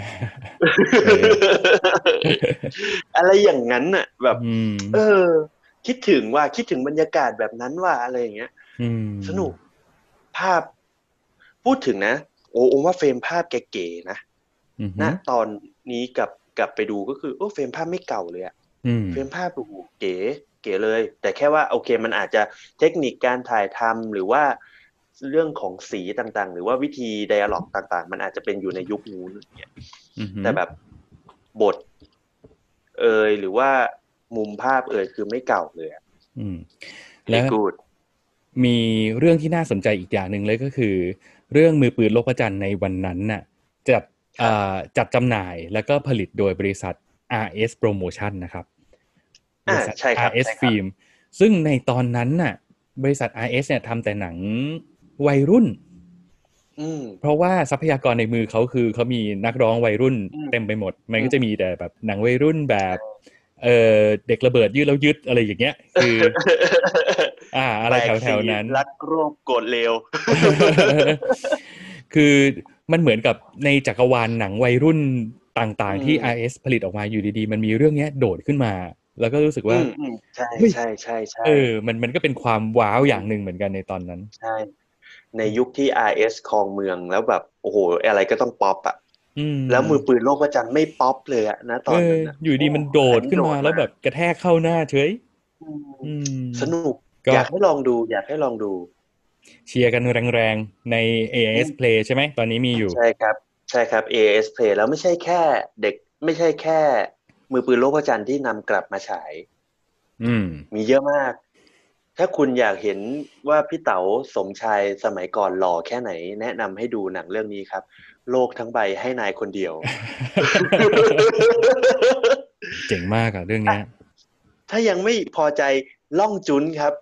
อะไรอย่างนั้นน่ะแบบคิดถึงบรรยากาศแบบนั้นว่าอะไรอย่างเงี้ยสนุกภาพพูดถึงนะว่าเฟรมภาพแกเก๋นะณตอนนี้กลับไปดูก็คือเฟรมภาพไม่เก่าเลยอะเฟรมภาพโอ้โหเก๋เลยแต่แค่ว่าโอเคมันอาจจะเทคนิคการถ่ายทำหรือว่าเรื่องของสีต่างๆหรือว่าวิธีไดอะล็อกต่างๆมันอาจจะเป็นอยู่ในยุคนู้นเนี่ยแต่แบบบทหรือว่ามุมภาพคือไม่เก่าเลยและมีเรื่องที่น่าสนใจอีกอย่างหนึ่งเลยก็คือเรื่องมือปืนโลกพระจันทร์ในวันนั้นน่ะจัดจำหน่ายแล้วก็ผลิตโดยบริษัท RS Promotion นะครับบริษัท RS Film ซึ่งในตอนนั้นน่ะบริษัท RS เนี่ยทำแต่หนังวัยรุ่นเพราะว่าทรัพยากรในมือเขาคือเขามีนักร้องวัยรุ่นเต็มไปหมดมันก็จะมีแต่แบบหนังวัยรุ่นแบบเด็กระเบิดยืดแล้วยึดอะไรอย่างเงี้ยคืออะไรแถวๆนั้นรักโรคโกรธเลวคือมันเหมือนกับในจักรวาลหนังวัยรุ่นต่างๆที่ RS ผลิตออกมาอยู่ดีๆมันมีเรื่องนี้โดดขึ้นมาแล้วก็รู้สึกว่าใช่มันก็เป็นความว้าวอย่างหนึ่งเหมือนกันในตอนนั้นใช่ในยุคที่ RS ครองเมืองแล้วแบบโอ้โหอะไรก็ต้องป๊อปอ่ะแล้วมือปืนโลกพระจันทร์ไม่ป๊อปเลยอะนะตอนนั้นอยู่ดีมันโดดขึ้นมาแล้วแบบกระแทกเข้าหน้าเฉยสนุกอยากให้ลองดูเชียร์กันแรงๆใน AIS Play ใช่ไหมตอนนี้มีอยู่ใช่ครับ AIS Play แล้วไม่ใช่แค่เด็กไม่ใช่แค่มือปืนโลกพระจันทร์ที่นำกลับมาฉายมีเยอะมากถ้าคุณอยากเห็นว่าพี่เต๋าสมชายสมัยก่อนหล่อแค่ไหนแนะนำให้ดูหนังเรื่องนี้ครับโลกทั้งใบให้นายคนเดียวเจ๋งมากอะเรื่องนี้ถ้ายังไม่พอใจล่องจุนครับ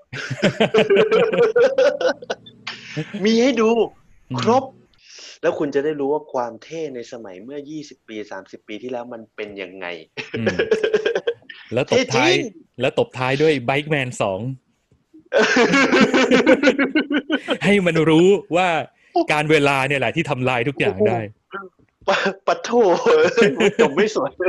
มีให้ดูครบแล้วคุณจะได้รู้ว่าความเท่ในสมัยเมื่อ20 ปี30 ปีที่แล้วมันเป็นยังไงแล้วตบท้ายด้วย Bike Man 2ให้มันรู้ว่าการเวลาเนี่ยแหละที่ทำลายทุกอย่างได้ปะโถจบไม่สวย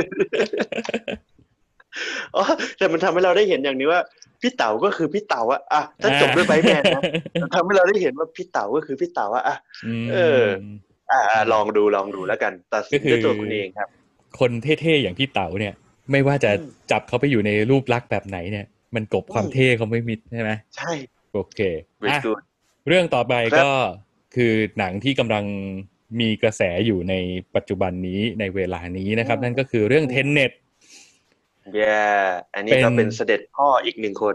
อ๋อแต่มันทำให้เราได้เห็นอย่างนี้ว่าพี่เต๋าก็คือพี่เต๋าอะถ้าจบด้วยไบค์แมนนะทำให้เราได้เห็นว่าพี่เต๋าก็คือพี่เต๋าอะลองดูแล้วกันตัดสินด้วยตัวคุณเองครับคนเท่ๆอย่างพี่เต๋าเนี่ยไม่ว่าจะจับเขาไปอยู่ในรูปลักษณ์แบบไหนเนี่ยมันกลบความเท่เขาไม่มิดใช่ไหมใช่โอเคเรื่องต่อไปก็คือหนังที่กำลังมีกระแสอยู่ในปัจจุบันนี้ในเวลานี้นะครับนั่นก็คือเรื่อง Tenet อันนี้ก็เป็นเสด็จพ่ออีกหนึ่งคน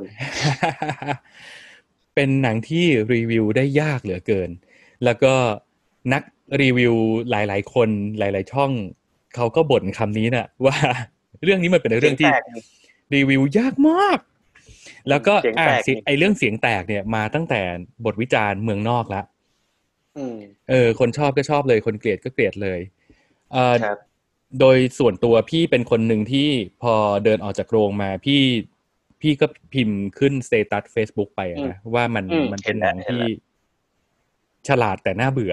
เป็นหนังที่รีวิวได้ยากเหลือเกินแล้วก็นักรีวิวหลายๆคนหลายๆช่องเขาก็บ่นคำนี้นะว่าเรื่องนี้มันเป็นเรื่องที่รีวิวยากมากแล้วก็ไอเรื่องเสียงแตกเนี่ยมาตั้งแต่บทวิจารณ์เมืองนอกแล้วคนชอบก็ชอบเลยคนเกลียดก็เกลียดเลยโดยส่วนตัวพี่เป็นคนหนึ่งที่พอเดินออกจากโรงมาพี่ก็พิมพ์ขึ้นสเตตัส Facebook ไปนะว่ามันเป็นหนังที่ฉลาดแต่น่าเบื่อ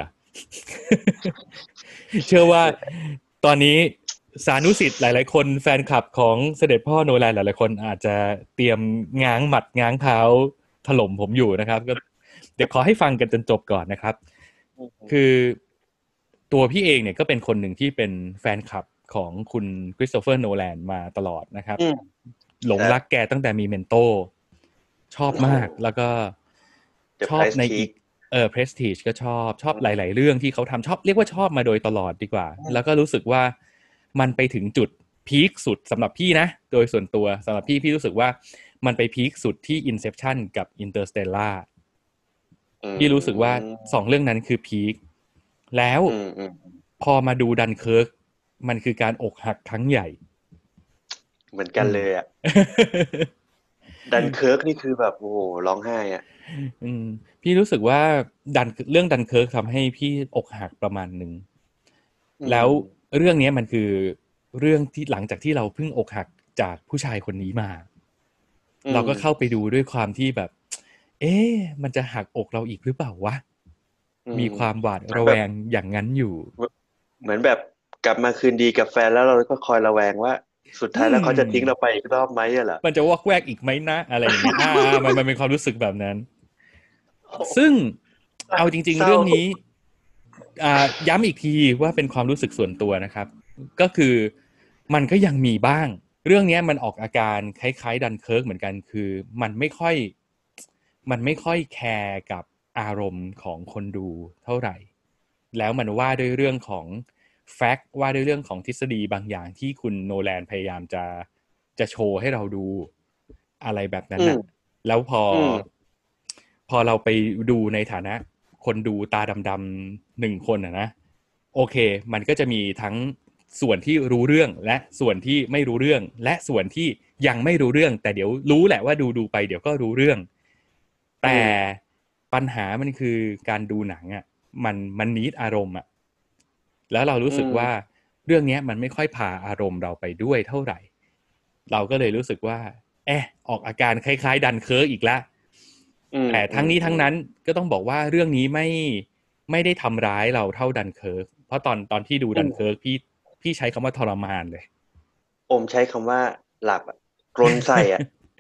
เชื่อว่าตอนนี้สานุสิทธิ์หลายๆคนแฟนคลับของเสด็จพ่อโนแลนหลายๆคนอาจจะเตรียมง้างหมัดง้างเท้าถล่มผมอยู่นะครับก็เดี๋ยวขอให้ฟังกันจนจบก่อนนะครับคือตัวพี่เองเนี่ยก็เป็นคนหนึ่งที่เป็นแฟนคลับของคุณคริสโตเฟอร์โนแลนมาตลอดนะครับหลงรักแกตั้งแต่มีเมนโตชอบมากแล้วก็ชอบในอีกPrestige ก็ชอบหลายๆเรื่องที่เขาทำชอบเรียกว่าชอบมาโดยตลอดดีกว่าแล้วก็รู้สึกว่ามันไปถึงจุดพีคสุดสำหรับพี่นะโดยส่วนตัวสำหรับพี่รู้สึกว่ามันไปพีคสุดที่ Inception กับ Interstellar พี่รู้สึกว่า2เรื่องนั้นคือพีคแล้วพอมาดูดันเคิร์กมันคือการอกหักครั้งใหญ่เหมือนกันเลยอ่ะดันเคิร์กนี่คือแบบโอ้โหร้องไห้อ่ะพี่รู้สึกว่าเรื่องดันเคิร์กทำให้พี่อกหักประมาณนึงแล้วเรื่องนี้มันคือเรื่องที่หลังจากที่เราเพิ่งอกหักจากผู้ชายคนนี้มาเราก็เข้าไปดูด้วยความที่แบบมันจะหักอกเราอีกหรือเปล่าวะมีความหวาดระแวงอย่างนั้นอยู่เหมือนแบบกลับมาคืนดีกับแฟนแล้วเราก็คอยระแวงว่าสุดท้ายแล้วเขาจะทิ้งเราไปอีกรอบไหมเหรอมันจะวอกแวกอีกไหมนะอะไรอย่างเงี้ยมันเป็นความรู้สึกแบบนั้นซึ่งเอาจริงๆเรื่องนี้ย้ำอีกทีว่าเป็นความรู้สึกส่วนตัวนะครับก็คือมันก็ยังมีบ้างเรื่องนี้มันออกอาการคล้ายๆดันเคิร์กเหมือนกันคือมันไม่ค่อยแคร์กับอารมณ์ของคนดูเท่าไหร่แล้วมันว่าด้วยเรื่องของแฟกต์ว่าด้วยเรื่องของทฤษฎีบางอย่างที่คุณโนแลนพยายามจะโชว์ให้เราดูอะไรแบบนั้นนะแล้วพอเราไปดูในฐานะคนดูตาดำๆ1คนนะโอเคมันก็จะมีทั้งส่วนที่รู้เรื่องและส่วนที่ไม่รู้เรื่องและส่วนที่ยังไม่รู้เรื่องแต่เดี๋ยวรู้แหละว่าดูไปเดี๋ยวก็รู้เรื่องแต่ปัญหามันคือการดูหนังอ่ะมันนีดอารมณ์อ่ะแล้วเรารู้สึกว่าเรื่องนี้มันไม่ค่อยพาอารมณ์เราไปด้วยเท่าไหร่เราก็เลยรู้สึกว่าออกอาการคล้ายๆดันเคิร์กอีกแล้วแต่ทั้งนี้ทั้งนั้นก็ต้องบอกว่าเรื่องนี้ไม่ได้ทำร้ายเราเท่าดันเคิร์กเพราะตอนที่ดูดันเคิร์กพี่ใช้คำว่าทรมานเลยใช้คำว่าหลับกรนใส่อ่ะ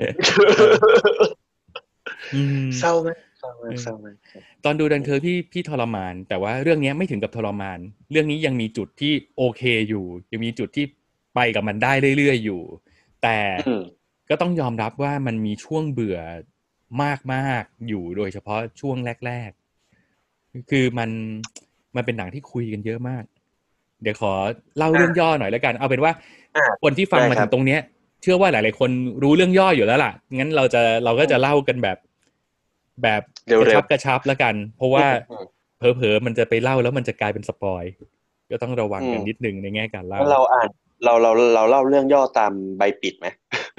เศร้าไหมตอนดูดันเคิร์กพี่ทรมานแต่ว่าเรื่องนี้ไม่ถึงกับทรมานเรื่องนี้ยังมีจุดที่โอเคอยู่ยังมีจุดที่ไปกับมันได้เรื่อยๆอยู่แต่ก็ต้องยอมรับว่ามันมีช่วงเบื่อมากๆอยู่โดยเฉพาะช่วงแรกๆคือมันเป็นหนังที่คุยกันเยอะมากเดี๋ยวขอเล่าเรื่องย่อหน่อยแล้วกันเอาเป็นว่าคนที่ฟังมาถึงตรงเนี้ยเชื่อว่าหลายๆคนรู้เรื่องย่ออยู่แล้วล่ะงั้นเราก็จะเล่ากันแบบกระชับแล้วกันเพราะว่าเผลอๆมันจะไปเล่าแล้วมันจะกลายเป็นสปอยก็ต้องระวังกันนิดนึงในแง่การเล่าเราอ่านเราเล่าเรื่องย่อตามใบปิดไหม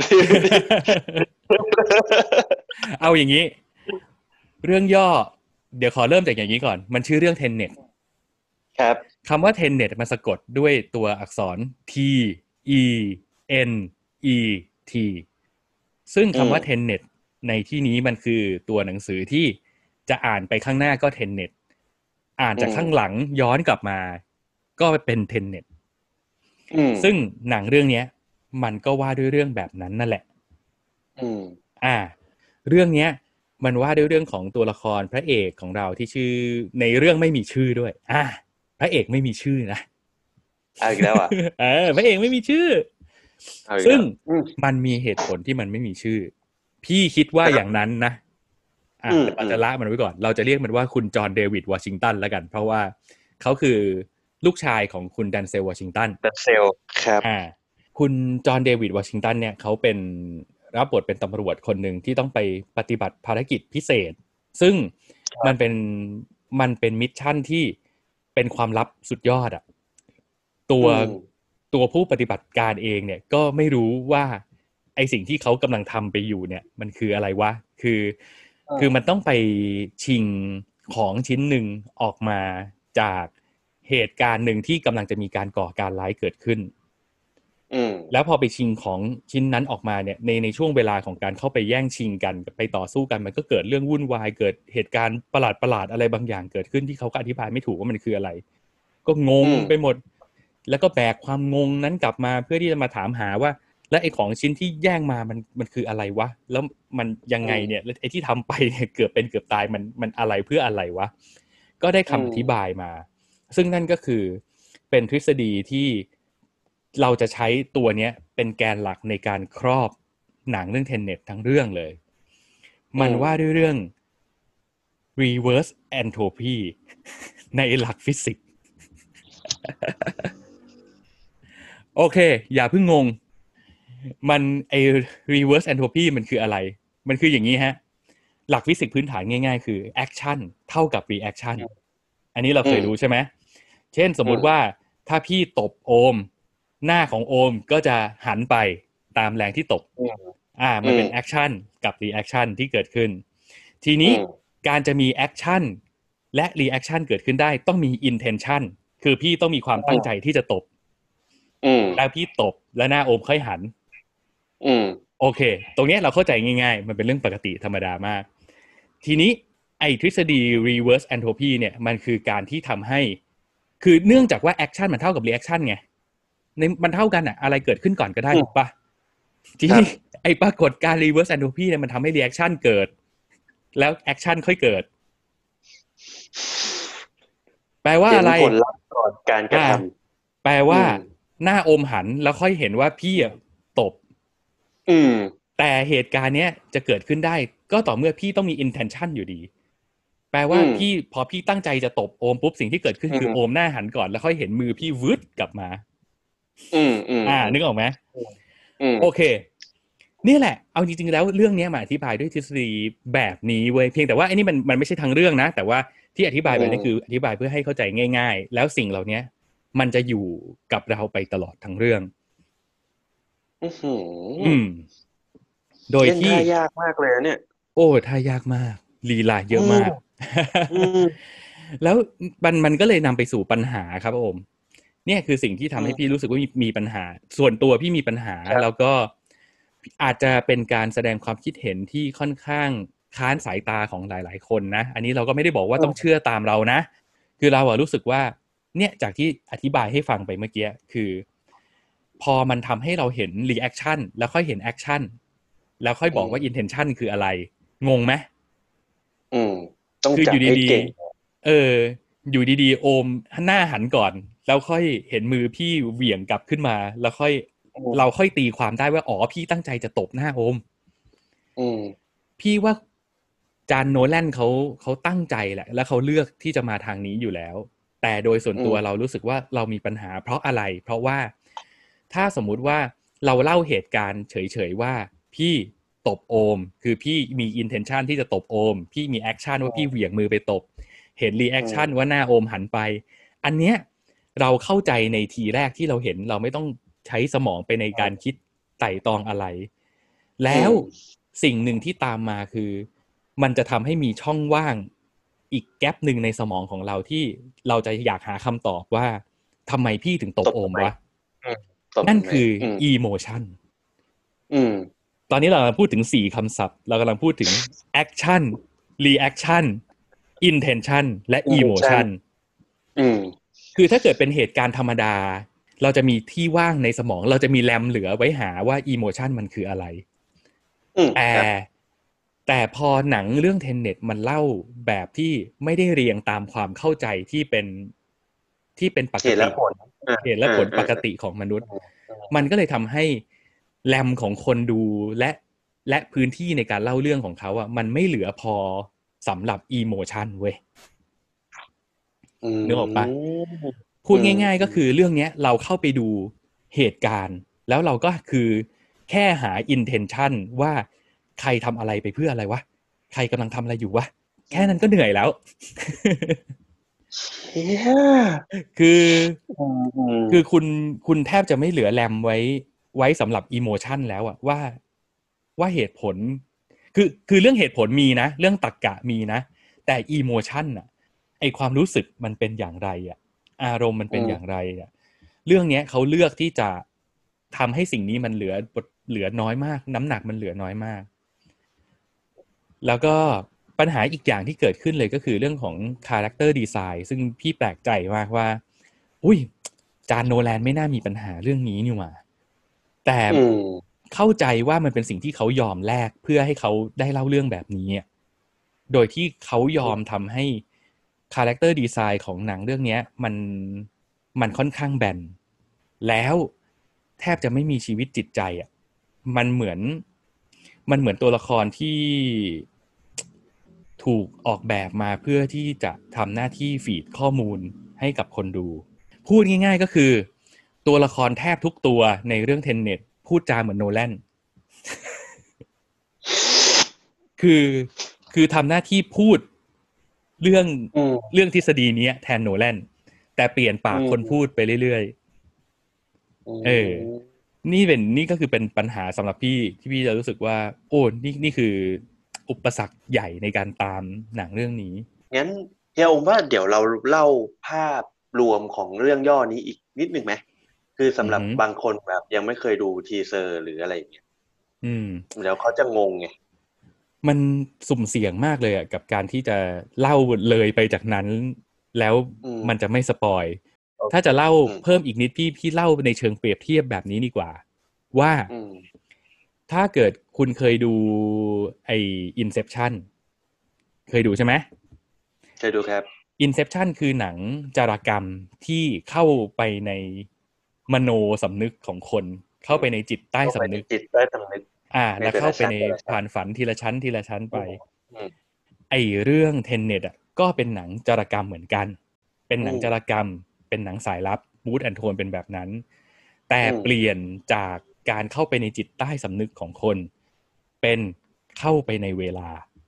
เอาอย่างนี้เรื่องย่อเดี๋ยวขอเริ่มจากอย่างนี้ก่อนมันชื่อเรื่อง Tenet ครับคำว่า Tenet มันสะกดด้วยตัวอักษร T E N E T ซึ่งคำว่า Tenet ในที่นี้มันคือตัวหนังสือที่จะอ่านไปข้างหน้าก็ Tenet อ่านจากข้างหลังย้อนกลับมาก็เป็น Tenet ซึ่งหนังเรื่องนี้มันก็ว่าด้วยเรื่องแบบนั้นนั่นแหละเรื่องนี้มันว่าด้วยเรื่องของตัวละครพระเอกของเราที่ชื่อในเรื่องไม่มีชื่อด้วยพระเอกไม่มีชื่อนะอีกแล้วพระเอกไม่มีชื่อซึ่งมันมีเหตุผลที่มันไม่มีชื่อพี่คิดว่าอย่างนั้นนะเราจะละมันไว้ก่อนเราจะเรียกมันว่าคุณจอห์นเดวิดวอชิงตันแล้วกันเพราะว่าเขาคือลูกชายของคุณแดนเซลวอชิงตันครับคุณจอห์นเดวิดวอชิงตันเนี่ยเขาเป็นรับบทเป็นตำรวจคนหนึ่งที่ต้องไปปฏิบัติภารกิจพิเศษซึ่งมันเป็นมิชชั่นที่เป็นความลับสุดยอดตัวผู้ปฏิบัติการเองเนี่ยก็ไม่รู้ว่าไอสิ่งที่เขากำลังทำไปอยู่เนี่ยมันคืออะไรวะคือมันต้องไปชิงของชิ้นหนึ่งออกมาจากเหตุการณ์หนึ่งที่กำลังจะมีการก่อการร้ายเกิดขึ้นแล้วพอไปชิงของชิ้นนั้นออกมาเนี่ยในช่วงเวลาของการเข้าไปแย่งชิงกันไปต่อสู้กันมันก็เกิดเรื่องวุ่นวายเกิดเหตุการณ์ประหลาดอะไรบางอย่างเกิดขึ้นที่เขาก็อธิบายไม่ถูกว่ามันคืออะไรก็งงไปหมดแล้วก็แบกความงงนั้นกลับมาเพื่อที่จะมาถามหาว่าและไอ้ของชิ้นที่แย่งมามันคืออะไรวะแล้วมันยังไงเนี่ยไอ้ที่ทำไปเนี่ยเกือบเป็นเกือบตายมันอะไรเพื่ออะไรวะก็ได้คำอธิบายมาซึ่งนั่นก็คือเป็นทฤษฎีที่เราจะใช้ตัวเนี้ยเป็นแกนหลักในการครอบหนังเรื่อง Tenet ทั้งเรื่องเลยมันว่าด้วยเรื่อง reverse entropy ในหลักฟิสิกส์โอเคอย่าเพิ่งงงมันreverse entropy มันคืออะไรมันคืออย่างนี้ฮะหลักฟิสิกส์พื้นฐานง่ายๆคือ action เท่ากับ reaction อันนี้เราเคยรู้ใช่ไหมเช่นสมมุติว่าถ้าพี่ตบโอมหน้าของโอมก็จะหันไปตามแรงที่ตบมันเป็น action กับ reaction ที่เกิดขึ้นทีนี้การจะมี action และ reaction เกิดขึ้นได้ต้องมี intention คือพี่ต้องมีความตั้งใจที่จะตบแล้วพี่ตบแล้วหน้าโอมค่อยหันโอเคตรงนี้เราเข้าใจง่ายๆมันเป็นเรื่องปกติธรรมดามากทีนี้ไอ้ทฤษฎี reverse entropy เนี่ยมันคือการที่ทำให้คือเนื่องจากว่า action มันเท่ากับ reaction ไงมันเท่ากันอะอะไรเกิดขึ้นก่อนก็ได้ถูกปะทีนี้ไอ้ปรากฏการ reverse entropy เนี่ยมันทำให้ reaction เกิดแล้ว action ค่อยเกิดแปลว่าอะไรผลลัพธ์ก่อนการกระทำแปลว่าหน้าอมหันแล้วค่อยเห็นว่าพี่ตบแต่เหตุการณ์เนี้ยจะเกิดขึ้นได้ก็ต่อเมื่อพี่ต้องมี intention อยู่ดีแปลว่าพี่พอพี่ตั้งใจจะตบโอมปุ๊บสิ่งที่เกิดขึ้นคือโอมหน้าหันก่อนแล้วค่อยเห็นมือพี่วืดกลับมานึกออกไหมโอเคนี่แหละเอาจริงๆแล้วเรื่องนี้มาอธิบายด้วยทฤษฎีแบบนี้เว้ยเพียงแต่ว่าไอ้นี่มันไม่ใช่ทางเรื่องนะแต่ว่าที่อธิบายแบบนี้คืออธิบายเพื่อให้เข้าใจง่ายๆแล้วสิ่งเหล่านี้มันจะอยู่กับเราไปตลอดทั้งเรื่องโดยที่ท่ายากมากเลยเนี่ยโอ้ท่ายากมากลีลาเยอะมากแล้วมันก็เลยนำไปสู่ปัญหาครับโอมเนี่ยคือสิ่งที่ทำให้พี่รู้สึกว่ามีปัญหาส่วนตัวพี่มีปัญหาแล้วก็อาจจะเป็นการแสดงความคิดเห็นที่ค่อนข้างค้านสายตาของหลายๆคนนะอันนี้เราก็ไม่ได้บอกว่าต้องเชื่อตามเรานะคือเรารู้สึกว่าเนี่ยจากที่อธิบายให้ฟังไปเมื่อกี้คือพอมันทำให้เราเห็น reaction แล้วค่อยเห็น action แล้วค่อยบอกว่า intention คืออะไรงงไหมต้องจับให้เก่งอยู่ดีๆโอมหน้าหันก่อนแล้วค่อยเห็นมือพี่เหวี่ยงกลับขึ้นมาแล้วเราค่อยตีความได้ว่าอ๋อพี่ตั้งใจจะตบหน้าโอมพี่ว่าจานโนแลนเขาตั้งใจแหละแล้วเขาเลือกที่จะมาทางนี้อยู่แล้วแต่โดยส่วนตัวเรารู้สึกว่าเรามีปัญหาเพราะอะไรเพราะว่าถ้าสมมุติว่าเราเล่าเหตุการณ์เฉยๆว่าพี่ตบโอมคือพี่มี intention ที่จะตบโอมพี่มี action ว่าพี่เหวี่ยงมือไปตบเห็น reaction ว่าหน้าโอมหันไปอันเนี้ยเราเข้าใจในทีแรกที่เราเห็นเราไม่ต้องใช้สมองไปในการคิดไต่ตองอะไรแล้วสิ่งหนึ่งที่ตามมาคือมันจะทำให้มีช่องว่างอีกแกปหนึ่งในสมองของเราที่เราจะอยากหาคำตอบว่าทำไมพี่ถึงตบโอมวะนั่นคือ emotion ตอนนี้เรากำลังพูดถึง4คำศัพท์เรากำลังพูดถึง action reaction intention และ emotion คือถ้าเกิดเป็นเหตุการณ์ธรรมดาเราจะมีที่ว่างในสมองเราจะมีแรมเหลือไว้หาว่า emotion มันคืออะไรแต่พอหนังเรื่อง Tenet มันเล่าแบบที่ไม่ได้เรียงตามความเข้าใจที่เป็นปกติเหตุและผลปกติของมนุษย์มันก็เลยทำให้แรมของคนดูและพื้นที่ในการเล่าเรื่องของเขาอ่ะมันไม่เหลือพอสำหรับ emotion เว้ยนึกออกปะพูดง่ายๆก็คือเรื่องนี้เราเข้าไปดูเหตุการณ์แล้วเราก็คือแค่หา intention ว่าใครทำอะไรไปเพื่ออะไรวะใครกำลังทำอะไรอยู่วะแค่นั้นก็เหนื่อยแล้ว คือคุณแทบจะไม่เหลือแรมไว้สำหรับ emotion แล้วอะว่าเหตุผลคือเรื่องเหตุผลมีนะเรื่องตรรกะมีนะแต่ emotion อะไอความรู้สึกมันเป็นอย่างไรอะอารมณ์มันเป็นอย่างไรอะเรื่องนี้เขาเลือกที่จะทำให้สิ่งนี้มันเหลือน้อยมากน้ำหนักมันเหลือน้อยมากแล้วก็ปัญหาอีกอย่างที่เกิดขึ้นเลยก็คือเรื่องของ character design ซึ่งพี่แปลกใจมากว่าอุ้ยจานโนแลนไม่น่ามีปัญหาเรื่องนี้นี่หว่าแต่เข้าใจว่ามันเป็นสิ่งที่เขายอมแลกเพื่อให้เขาได้เล่าเรื่องแบบนี้โดยที่เขายอมทำให้คาแรคเตอร์ดีไซน์ของหนังเรื่องนี้มันค่อนข้างแบนแล้วแทบจะไม่มีชีวิตจิตใจอ่ะมันเหมือนตัวละครที่ถูกออกแบบมาเพื่อที่จะทำหน้าที่ฟีดข้อมูลให้กับคนดูพูดง่ายๆก็คือตัวละครแทบทุกตัวในเรื่อง Tenet พูดจาเหมือนโนแลน คือทำหน้าที่พูดเรื่องทฤษฎีนี้แทนโนแลนแต่เปลี่ยนปากคนพูดไปเรื่อยๆนี่ก็คือเป็นปัญหาสำหรับพี่ที่พี่จะรู้สึกว่าโอ้นี่คืออุปสรรคใหญ่ในการตามหนังเรื่องนี้งั้นเฮียว่าเดี๋ยวเราเล่าภาพรวมของเรื่องย่อนี้อีกนิดนึงไหมคือสำหรับบางคนแบบยังไม่เคยดูทีเซอร์หรืออะไรอย่างเงี้ยเดี๋ยวเขาจะงงไงมันสุ่มเสี่ยงมากเลยกับการที่จะเล่าเลยไปจากนั้นแล้วมันจะไม่สปอยถ้าจะเล่าเพิ่มอีกนิดพี่เล่าในเชิงเปรียบเทียบแบบนี้ดีกว่าว่าถ้าเกิดคุณเคยดูไอ้ Inception เคยดูใช่ไหมเคยดูครับ Inception คือหนังจารกรรมที่เข้าไปในมโนสำนึกของคนเข้าไปในจิตใต้สำนึกจิตใต้สำนึกแล้วเข้าไปในผ่านฝันทีละชั้นไปไอเรื่อง Tenet ก็เป็นหนังจารกรรมเหมือนกันเป็นหนังจารกรรมเป็นหนังสายลับมูดแอนด์โทนเป็นแบบนั้นแต่เปลี่ยนจากการเข้าไปในจิตใต้สำนึกของคนเป็นเข้าไปในเวลา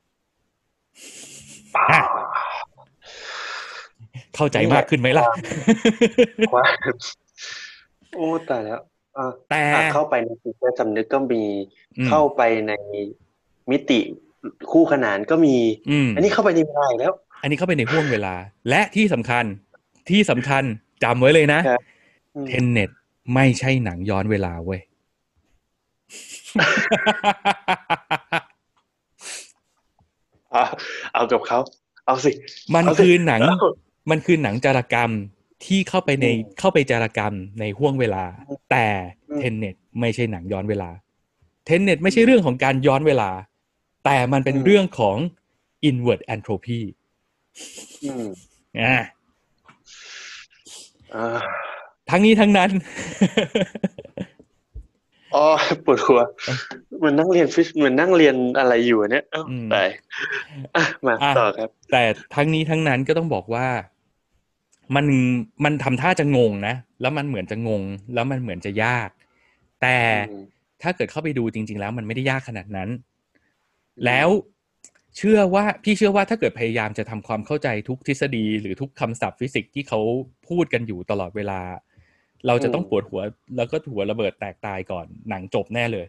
เข้าใจมากขึ้นไหมล่ะโอ้ตายแล้วแต่เข้าไปในจิตใต้สำนึกก็มีเข้าไปในมิติคู่ขนานก็มีอันนี้เข้าไปในเวลาแล้วอันนี้เข้าไปในห่วงเวลาและที่สำคัญจำไว้เลยนะ Tenet ไม่ใช่หนังย้อนเวลาเว้ยเอากับเขาเอาสิมันคือหนังจารกรรมที่เข้าไปจารกรรมในห่วงเวลาแต่ Tenet ไม่ใช่หนังย้อนเวลา Tenet ไม่ใช่เรื่องของการย้อนเวลาแต่มันเป็นเรื่องของ inward entropy ทั้งนี้ทั้งนั้นปวดหัวเหมือนนั่งเรียนฟิสิกส์เหมือนนั่งเรียนอะไรอยู่เนี่ยตายมาต่อครับแต่ทั้งนี้ทั้งนั้นก็ต้องบอกว่ามันมันทำท่าจะงงนะแล้วมันเหมือนจะงงแล้วมันเหมือนจะยากแต่ถ้าเกิดเข้าไปดูจริงๆแล้วมันไม่ได้ยากขนาดนั้นแล้วพี่เชื่อว่าถ้าเกิดพยายามจะทำความเข้าใจทุกทฤษฎีหรือทุกคำศัพท์ฟิสิกส์ที่เขาพูดกันอยู่ตลอดเวลาเราจะต้องปวดหัวแล้วก็หัวระเบิดแตกตายก่อนหนังจบแน่เลย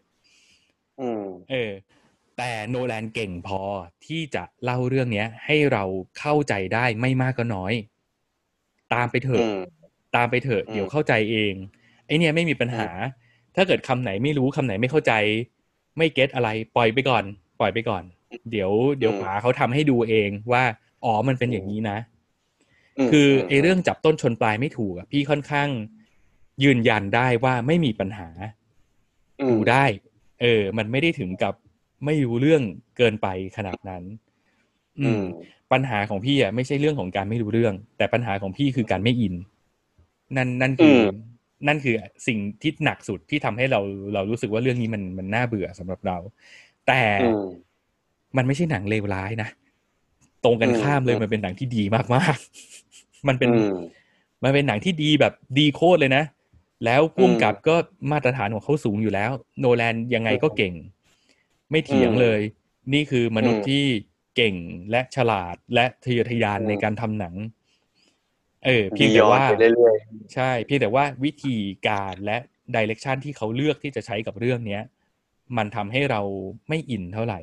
แต่โนแลนเก่งพอที่จะเล่าเรื่องนี้ให้เราเข้าใจได้ไม่มากก็น้อยตามไปเถอะเดี๋ยวเข้าใจเองไอเนี่ยไม่มีปัญหาถ้าเกิดคำไหนไม่รู้คำไหนไม่เข้าใจไม่เก็ตอะไรปล่อยไปก่อนเดี๋ยวป๋าเขาทำให้ดูเองว่าอ๋อมันเป็นอย่างนี้นะคือไอเรื่องจับต้นชนปลายไม่ถูกอ่ะพี่ค่อนข้างยืนยันได้ว่าไม่มีปัญหาดูได้มันไม่ได้ถึงกับไม่รู้เรื่องเกินไปขนาดนั้นปัญหาของพี่อ่ะไม่ใช่เรื่องของการไม่รู้เรื่องแต่ปัญหาของพี่คือการไม่อินนั่นคือสิ่งที่หนักสุดที่ทำให้เรารู้สึกว่าเรื่องนี้มันน่าเบื่อสำหรับเราแต่มันไม่ใช่หนังเลวร้ายนะตรงกันข้ามเลยมันเป็นหนังที่ดีมากๆมันเป็นหนังที่ดีแบบดีโคตรเลยนะแล้วผู้กำกับก็มาตรฐานของเขาสูงอยู่แล้วโนแลนยังไงก็เก่งไม่เถียงเลยนี่คือมนุษย์ที่เก่งและฉลาดและทะเยอทะยานในการทำหนังเพียงแต่ว่าใช่เพียงแต่ว่าวิธีการและไดเรกชันที่เขาเลือกที่จะใช้กับเรื่องเนี้ยมันทำให้เราไม่อินเท่าไหร่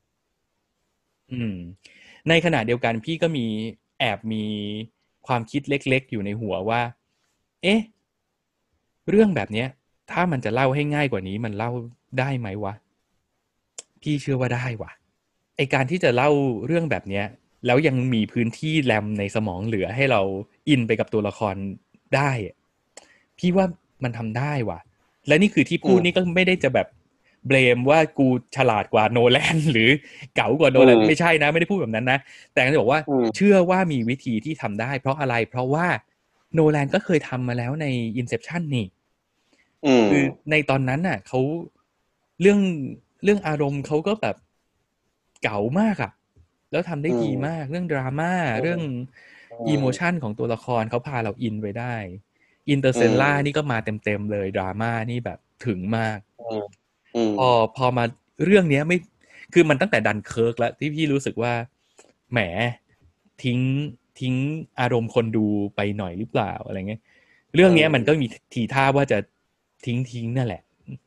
ในขณะเดียวกันพี่ก็แอบมีความคิดเล็กๆอยู่ในหัวว่าเอ๊ะเรื่องแบบเนี้ยถ้ามันจะเล่าให้ง่ายกว่านี้มันเล่าได้ไหมวะพี่เชื่อว่าได้ว่ะไอการที่จะเล่าเรื่องแบบเนี้ยแล้วยังมีพื้นที่แรมในสมองเหลือให้เราอินไปกับตัวละครได้พี่ว่ามันทำได้ว่ะและนี่คือที่พูดนี่ก็ไม่ได้จะแบบเบลมว่ากูฉลาดกว่าโนแลนหรือเก๋ากว่าโนแลนไม่ใช่นะไม่ได้พูดแบบนั้นนะแต่จะบอกว่าเชื่อว่ามีวิธีที่ทำได้เพราะอะไรเพราะว่าโนแลนก็เคยทำมาแล้วใน Inception นี่คือในตอนนั้นน่ะเขาเรื่องอารมณ์เขาก็แบบเก๋ามากอ่ะแล้วทำได้ดีมากเรื่องดราม่าเรื่องอีโมชันของตัวละครเขาพาเราอินไปได้อินเตอร์เซลล่านี่ก็มาเต็มๆเลยดราม่านี่แบบถึงมากพอมาเรื่องนี้ไม่คือมันตั้งแต่ดันเคิร์กแล้วที่พี่รู้สึกว่าแหมทิ้งอารมณ์คนดูไปหน่อยหรือเปล่าอะไรเงี้ยเรื่องนี้มันก็มีทีท่าว่าจะทิ้งนั่นแหละ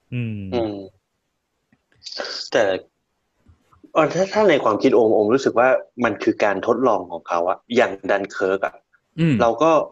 แต่ถ้าในความคิดโอมรู้สึกว่ามันคือการทดลองของเขาอะอย่างดันเคิร์กอะเรา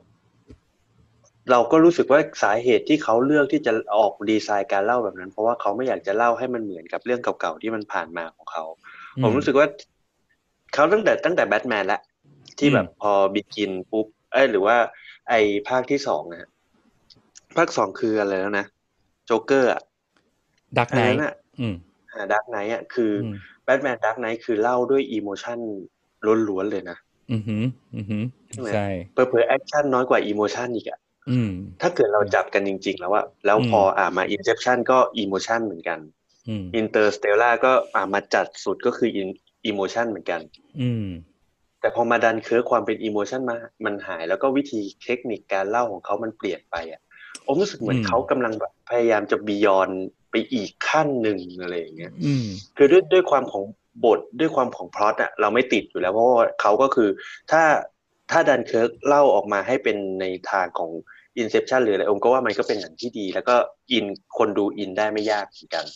ก็รู้สึกว่าสาเหตุที่เขาเลือกที่จะออกดีไซน์การเล่าแบบนั้นเพราะว่าเขาไม่อยากจะเล่าให้มันเหมือนกับเรื่องเก่าๆที่มันผ่านมาของเขาผมรู้สึกว่าเขาตั้งแต่แบทแมนแล้วที่แบบพอบิกินปุ๊บหรือว่าไอ้ภาคที่2นะภาค2คืออะไรแล้วนะโจ๊กเกอร์อะดักไนท์ดักไนท์อ่ะคือแบทแมนดักไนท์คือเล่าด้วยอีโมชันล้วนๆเลยนะใช่เผลอแอคชั่นน้อยกว่าอีโมชันอีกอ่ะถ้าเกิดเราจับกันจริงๆแล้วอะแล้วพอมา Inception ก็อีโมชันเหมือนกันInterstellar ก็มาจัดสุดก็คืออีโมชันเหมือนกันแต่พอมาดันเคิร์กความเป็นอีโมชันมันหายแล้วก็วิธีเทคนิคการเล่าของเขามันเปลี่ยนไปอ่ะผมรู้สึกเหมือนเขากำลังแบบพยายามจะบียอนไปอีกขั้นหนึ่งอะไรอย่างเงี้ยคือด้วยความของบทด้วยความของพล็อตอ่ะเราไม่ติดอยู่แล้วเพราะว่าเขาก็คือถ้าดันเคิร์กเล่าออกมาให้เป็นในทางของ Inception หรืออะไรก็ว่ามันก็เป็นหนังที่ดีแล้วก็คนดูอินได้ไม่ยากเหมือนกัน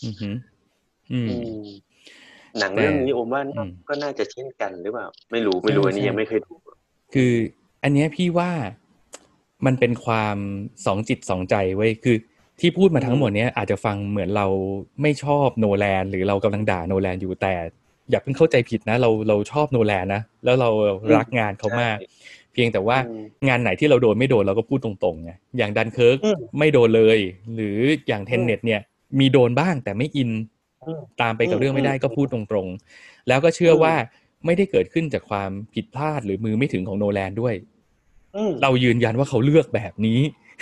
หนังเรื่องนี้ว่าก็น่าจะเช่นกันหรือเปล่าไม่รู้อันนี้ยังไม่เคยดูคืออันนี้พี่ว่ามันเป็นความสองจิตสองใจเว้ยคือที่พูดมาทั้งหมดเนี้ยอาจจะฟังเหมือนเราไม่ชอบโนแลนหรือเรากำลังด่าโนแลนอยู่แต่อย่าเพิ่งเข้าใจผิดนะเราชอบโนแลนนะแล้วเรารักงานเขามากเพียงแต่ว่างานไหนที่เราโดนไม่โดนเราก็พูดตรงๆไงอย่างดันเคิร์กไม่โดนเลยหรืออย่างเทนเน็ตเนี่ยมีโดนบ้างแต่ไม่อินตามไปกับเรื่องไม่ได้ก็พูดตรงๆแล้วก็เชื่อว่าไม่ได้เกิดขึ้นจากความผิดพลาดหรือมือไม่ถึงของโนแลนด้วยเรายืนยันว่าเขาเลือกแบบนี้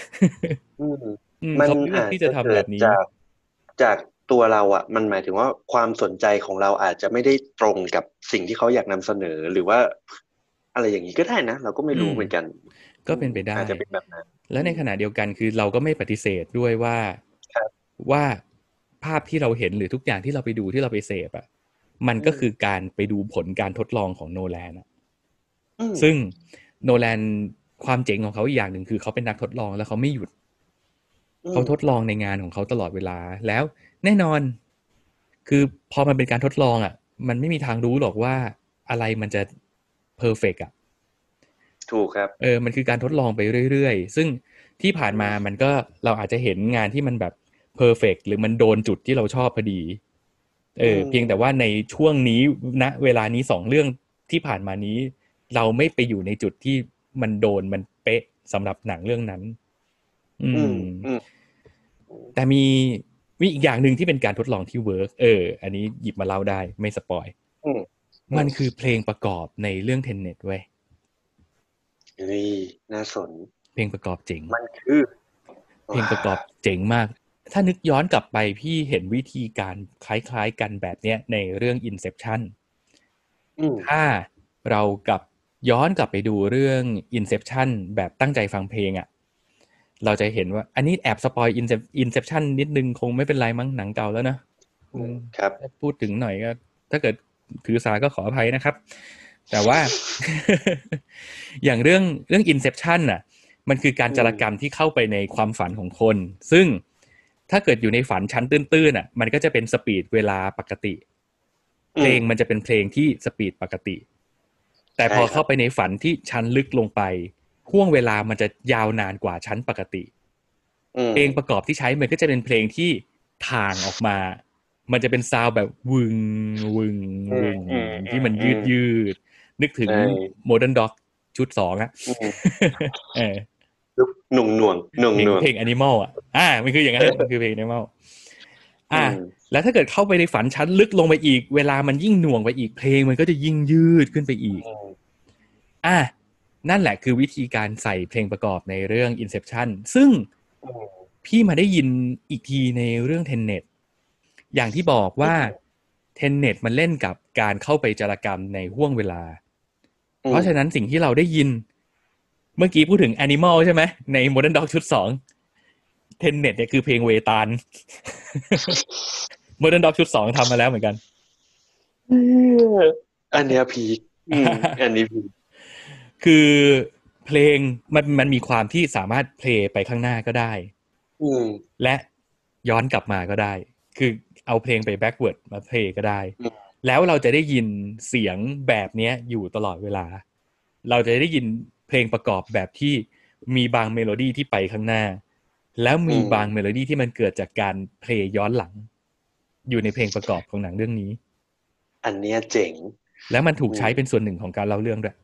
เขาเลือกที่จะทำแบบนี้จากตัวเราอ่ะมันหมายถึงว่าความสนใจของเราอาจจะไม่ได้ตรงกับสิ่งที่เขาอยากนำเสนอหรือว่าอะไรอย่างนี้ก็ได้นะเราก็ไม่รู้เหมือนกันก็เป็นไปได้อาจจะเป็นแบบนั้นและในขณะเดียวกันคือเราก็ไม่ปฏิเสธด้วยว่าภาพที่เราเห็นหรือทุกอย่างที่เราไปดูที่เราไปเสพอ่ะมันก็คือการไปดูผลการทดลองของโนแลนซึ่งโนแลนความเจ๋งของเขาอีกอย่างหนึ่งคือเขาเป็นนักทดลองแล้วเขาไม่หยุดเขาทดลองในงานของเขาตลอดเวลาแล้วแน่นอนคือพอมันเป็นการทดลองอ่ะมันไม่มีทางรู้หรอกว่าอะไรมันจะเพอร์เฟกต์อ่ะถูกครับมันคือการทดลองไปเรื่อยๆซึ่งที่ผ่านมามันก็เราอาจจะเห็นงานที่มันแบบเพอร์เฟกต์หรือมันโดนจุดที่เราชอบพอดีเพียงแต่ว่าในช่วงนี้ณเวลานี้2เรื่องที่ผ่านมานี้เราไม่ไปอยู่ในจุดที่มันโดนมันเป๊ะสำหรับหนังเรื่องนั้นแต่มีอีกอย่างหนึ่งที่เป็นการทดลองที่เวิร์กอันนี้หยิบมาเล่าได้ไม่สปอยมันคือเพลงประกอบในเรื่อง Tenet เว้ยนี่น่าสนเพลงประกอบเจ๋งมันคือเพลงประกอบเจ๋งมากถ้านึกย้อนกลับไปพี่เห็นวิธีการคล้ายๆกันแบบเนี้ยในเรื่อง Inception ถ้าเราย้อนกลับไปดูเรื่อง Inception แบบตั้งใจฟังเพลงอ่ะเราจะเห็นว่าอันนี้แอบสปอย Inception นิดนึงคงไม่เป็นไรมั้งหนังเก่าแล้วนะครับพูดถึงหน่อยก็ถ้าเกิดถือสาก็ขออภัยนะครับแต่ว่า อย่างเรื่อง Inception น่ะมันคือการจารกรรมที่เข้าไปในความฝันของคนซึ่งถ้าเกิดอยู่ในฝันชั้นตื้นๆน่ะมันก็จะเป็นสปีดเวลาปกติเพลงมันจะเป็นเพลงที่สปีดปกติแต่พอเข้าไปในฝันที่ชั้นลึกลงไปห่วงเวลามันจะยาวนานกว่าชั้นปกติเพลงประกอบที่ใช้มันก็จะเป็นเพลงที่ถ่างออกมามันจะเป็นซาวแบบวึงวึงวึงที่มันยืดนึกถึง Modern Dog ชุด2อ่ะหน่วงหน่วงเพลง Animal มันคืออย่างนั้นมันคือเพลง Animal แล้วถ้าเกิดเข้าไปในฝันชั้นลึกลงไปอีกเวลามันยิ่งหน่วงไปอีกเพลงมันก็จะยิ่งยืดขึ้นไปอีกนั่นแหละคือวิธีการใส่เพลงประกอบในเรื่อง Inception ซึ่งพี่มาได้ยินอีกทีในเรื่อง Tenet อย่างที่บอกว่า Tenet มันเล่นกับการเข้าไปจารกรรมในห้วงเวลาเพราะฉะนั้นสิ่งที่เราได้ยินเมื่อกี้พูดถึง Animal ใช่ไหมใน Modern Dog ชุด2 Tenet เนี่ยคือเพลงเวตาล Modern Dog ชุด2ทำมาแล้วเหมือนกันอันนี้พีคอันนี้พีคคือเพลงมันมีความที่สามารถเพลย์ไปข้างหน้าก็ได้และย้อนกลับมาก็ได้คือเอาเพลงไปแบ็กเวิร์ดมาเพลย์ก็ได้แล้วเราจะได้ยินเสียงแบบนี้อยู่ตลอดเวลาเราจะได้ยินเพลงประกอบแบบที่มีบางเมโลดี้ที่ไปข้างหน้าแล้วมีบางเมโลดี้ที่มันเกิดจากการเพลย์ย้อนหลังอยู่ในเพลงประกอบของหนังเรื่องนี้อันนี้เจ๋งแล้วมันถูกใช้เป็นส่วนหนึ่งของการเล่าเรื่องด้วย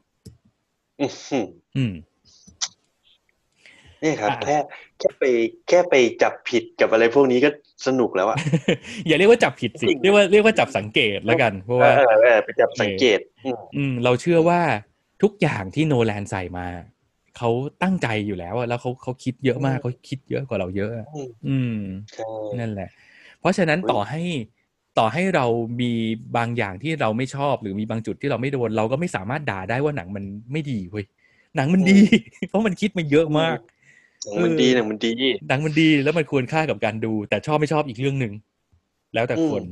นี่ครับแค่ไปจับผิดกับอะไรพวกนี้ก็สนุกแล้วอะอย่าเรียกว่าจับผิดสิเรียกว่าจับสังเกตแล้วกันเพราะว่าไปจับสังเกตเราเชื่อว่าทุกอย่างที่โนแลนใส่มาเขาตั้งใจอยู่แล้วแล้วเขาคิดเยอะมากเขาคิดเยอะกว่าเราเยอะนั่นแหละเพราะฉะนั้นต่อให้เรามีบางอย่างที่เราไม่ชอบหรือมีบางจุดที่เราไม่โดนเราก็ไม่สามารถด่าได้ว่าหนังมันไม่ดีเว้ยหนังมันดีเพราะมันคิดมาเยอะมากหนังมันดีแล้วมันควรค่ากับการดูแต่ชอบไม่ชอบอีกเรื่องนึงแล้วแต่คน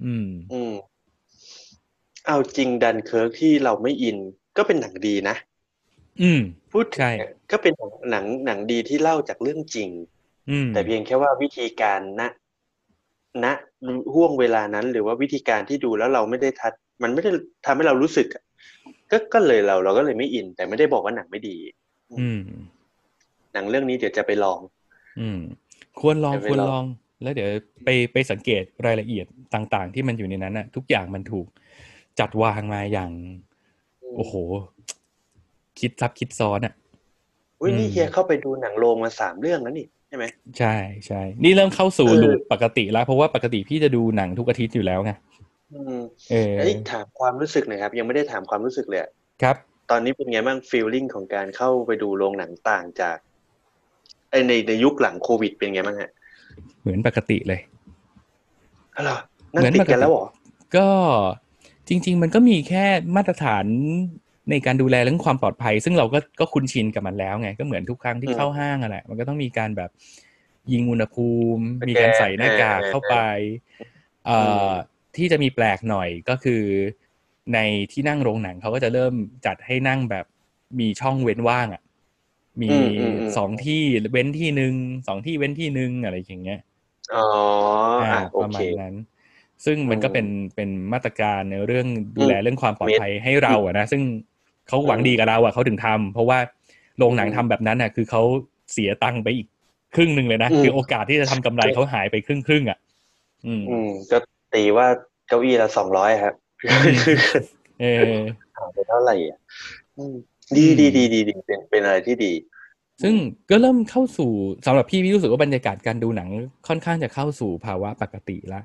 เอาจริงดันเคิร์กที่เราไม่อินก็เป็นหนังดีนะพูดใช่ก็เป็นหนังดีที่เล่าจากเรื่องจริงแต่เพียงแค่ว่าวิธีการณห่วงเวลานั้นหรือว่าวิธีการที่ดูแล้วเราไม่ได้มันไม่ได้ทำให้เรารู้สึกก็เลยเราก็เลยไม่อินแต่ไม่ได้บอกว่าหนังไม่ดีหนังเรื่องนี้เดี๋ยวจะไปลองควรลองแล้วเดี๋ยวไปสังเกตรายละเอียดต่างๆที่มันอยู่ในนั้นน่ะทุกอย่างมันถูกจัดวางมาอย่างโอ้โหคิดซับคิดซ้อนนี่เฮียเข้าไปดูหนังโรงมา3 เรื่องแล้วนี่ใช่ไหมใช่นี่เริ่มเข้าสู่ลูปปกติแล้วเพราะว่าปกติพี่จะดูหนังทุกอาทิตย์อยู่แล้วไงถามความรู้สึกหน่อยครับยังไม่ได้ถามความรู้สึกเลยครับตอนนี้เป็นไงบ้างฟีลลิ่งของการเข้าไปดูโรงหนังต่างจากในยุคหลังโควิดเป็นไงบ้างฮะเหมือนปกติเลยเหรอนั่งติดกันแล้วเหรอก็จริงๆมันก็มีแค่มาตรฐานในการดูแลเรื่องความปลอดภัยซึ่งเราก็คุ้นชินกับมันแล้วไงก็เหมือนทุกครั้งที่เข้าห้างแหละมันก็ต้องมีการแบบยิงอุณหภูมิมีการใส่หน้ากากเข้าไปที่จะมีแปลกหน่อยก็คือในที่นั่งโรงหนังเขาก็จะเริ่มจัดให้นั่งแบบมีช่องเว้นว่างอ่ะมี2ที่เว้นที่นึง2ที่เว้นที่นึงอะไรอย่างเงี้ยอ๋อประมาณนั้นซึ่งมันก็เป็นมาตรการในเรื่องดูแลเรื่องความปลอดภัยให้เราอะนะซึ่งเขาหวังดีกับเราอะเขาถึงทำเพราะว่าโรงหนังทำแบบนั้นอะคือเขาเสียตังค์ไปอีกครึ่งนึงเลยนะคือโอกาสที่จะทำกำไรเขาหายไปครึ่งอ่ะก็ตีว่าเก้าอี้ละ200ครับหายไปเท่าไหร่อ่ะดีเป็นอะไรที่ดีซึ่งก็เริ่มเข้าสู่สำหรับพี่รู้สึกว่าบรรยากาศการดูหนังค่อนข้างจะเข้าสู่ภาวะปกติแล้ว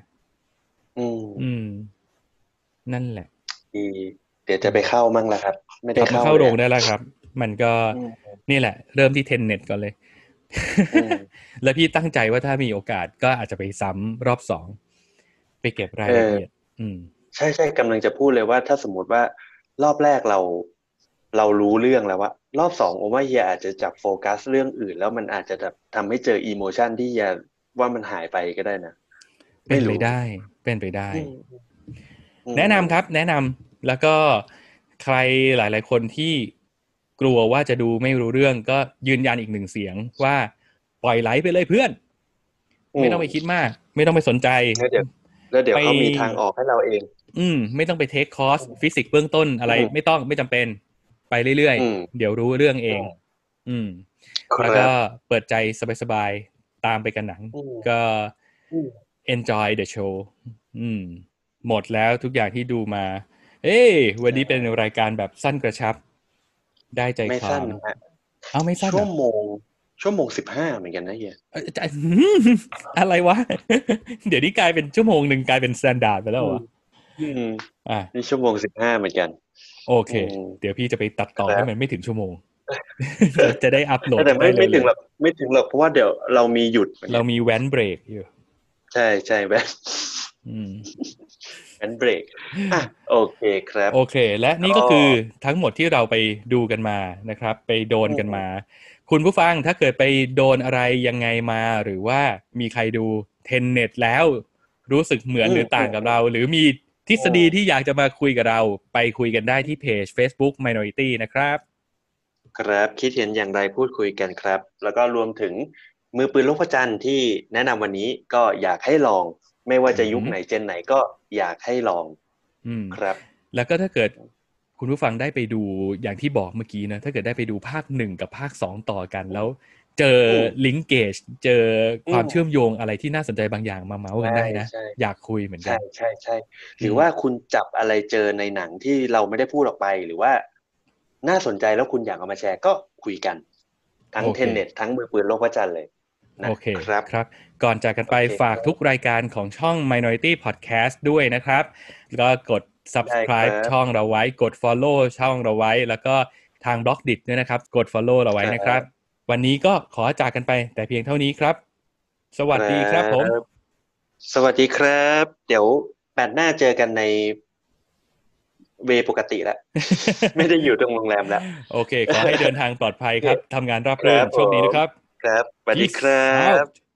นั่นแหละเดี๋ยวจะไปเข้ามั่งแล้วครับไม่ได้เข้าโรงได้แล้วครับมันก็นี่แหละเริ่มที่เทนเน็ตก่อนเลยแล้วพี่ตั้งใจว่าถ้ามีโอกาสก็อาจจะไปซ้ำรอบ2ไปเก็บรายละเอียดใช่กำลังจะพูดเลยว่าถ้าสมมติว่ารอบแรกเรารู้เรื่องแล้วว่ารอบ2ผมว่าเฮียอาจจะจับโฟกัสเรื่องอื่นแล้วมันอาจจะทำให้เจออีโมชันที่เฮียว่ามันหายไปก็ได้นะเป็นไปได้แนะนำครับแนะนำแล้วก็ใครหลายๆคนที่กลัวว่าจะดูไม่รู้เรื่องก็ยืนยันอีก1เสียงว่าปล่อยไหลไปเลยเพื่อนไม่ต้องไปคิดมากไม่ต้องไปสนใจแล้วเดี๋ยวเขามีทางออกให้เราเองไม่ต้องไปเทคคอร์สฟิสิกส์เบื้องต้นอะไรไม่จำเป็นไปเรื่อยๆเดี๋ยวรู้เรื่องเองแล้วก็เปิดใจสบายๆตามไปกันหนังก็ enjoy the show หมดแล้วทุกอย่างที่ดูมาวันนี้เป็นรายการแบบสั้นกระชับได้ใจความไม่สั้นชั่วโมง15เหมือนกันนะเฮียอะไรวะเดี๋ยวนี้กลายเป็นชั่วโมงนึงกลายเป็นสแตนดาร์ดไปแล้ววะนี่ชั่วโมง15เหมือนกันโอเคเดี๋ยวพี่จะไปตัดต่อให้มันไม่ถึงชั่วโมงจะได้อัพโหลดแต่ไม่ถึงหรอกเพราะว่าเดี๋ยวเรามีหยุดเรามีแว้นเบรกอยู่ใช่แว้นเบรกโอเคครับโอเคและนี่ก็คือทั้งหมดที่เราไปดูกันมานะครับไปโดนกันมาคุณผู้ฟังถ้าเกิดไปโดนอะไรยังไงมาหรือว่ามีใครดูเทนเน็ตแล้วรู้สึกเหมือนหรือต่างกับเราหรือมีทฤษฎีที่อยากจะมาคุยกับเราไปคุยกันได้ที่เพจ Facebook Minority นะครับครับคิดเห็นอย่างไรพูดคุยกันครับแล้วก็รวมถึงมือปืนโลกพระจันทร์ที่แนะนำวันนี้ก็อยากให้ลองไม่ว่าจะยุคไหนเจนไหนก็อยากให้ลองครับแล้วก็ถ้าเกิดคุณผู้ฟังได้ไปดูอย่างที่บอกเมื่อกี้นะถ้าเกิดได้ไปดูภาค1กับภาค2ต่อกันแล้วเจอลิงก์เกจเจอความเชื่อมโยงอะไรที่น่าสนใจบางอย่างมาเมาส์กันได้นะอยากคุยเหมือนกันใช่หรือว่าคุณจับอะไรเจอในหนังที่เราไม่ได้พูดออกไปหรือว่าน่าสนใจแล้วคุณอยากเอามาแชร์ก็คุยกันทั้งเทนเน็ตทั้งมือปืนโลกพระจันทร์เลยโอเคครับก่อนจากกันไปฝากทุกรายการของช่อง Minority Podcast ด้วยนะครับแล้วก็กด subscribe ช่องเราไว้กด follow ช่องเราไว้แล้วก็ทาง Blogdit ด้วยนะครับกด follow เราไว้นะครับวันนี้ก็ขอจากกันไปแต่เพียงเท่านี้ครับสวัสดีครับผมสวัสดีครับเดี๋ยวแปดหน้าเจอกันในเวปกติแล้วไม่ได้อยู่ตรงโรงแรมแล้วโอเคขอให้เดินทางปลอดภัยครับทำงานราบรื่นโชคดีนะครับครับสวัสดีครับ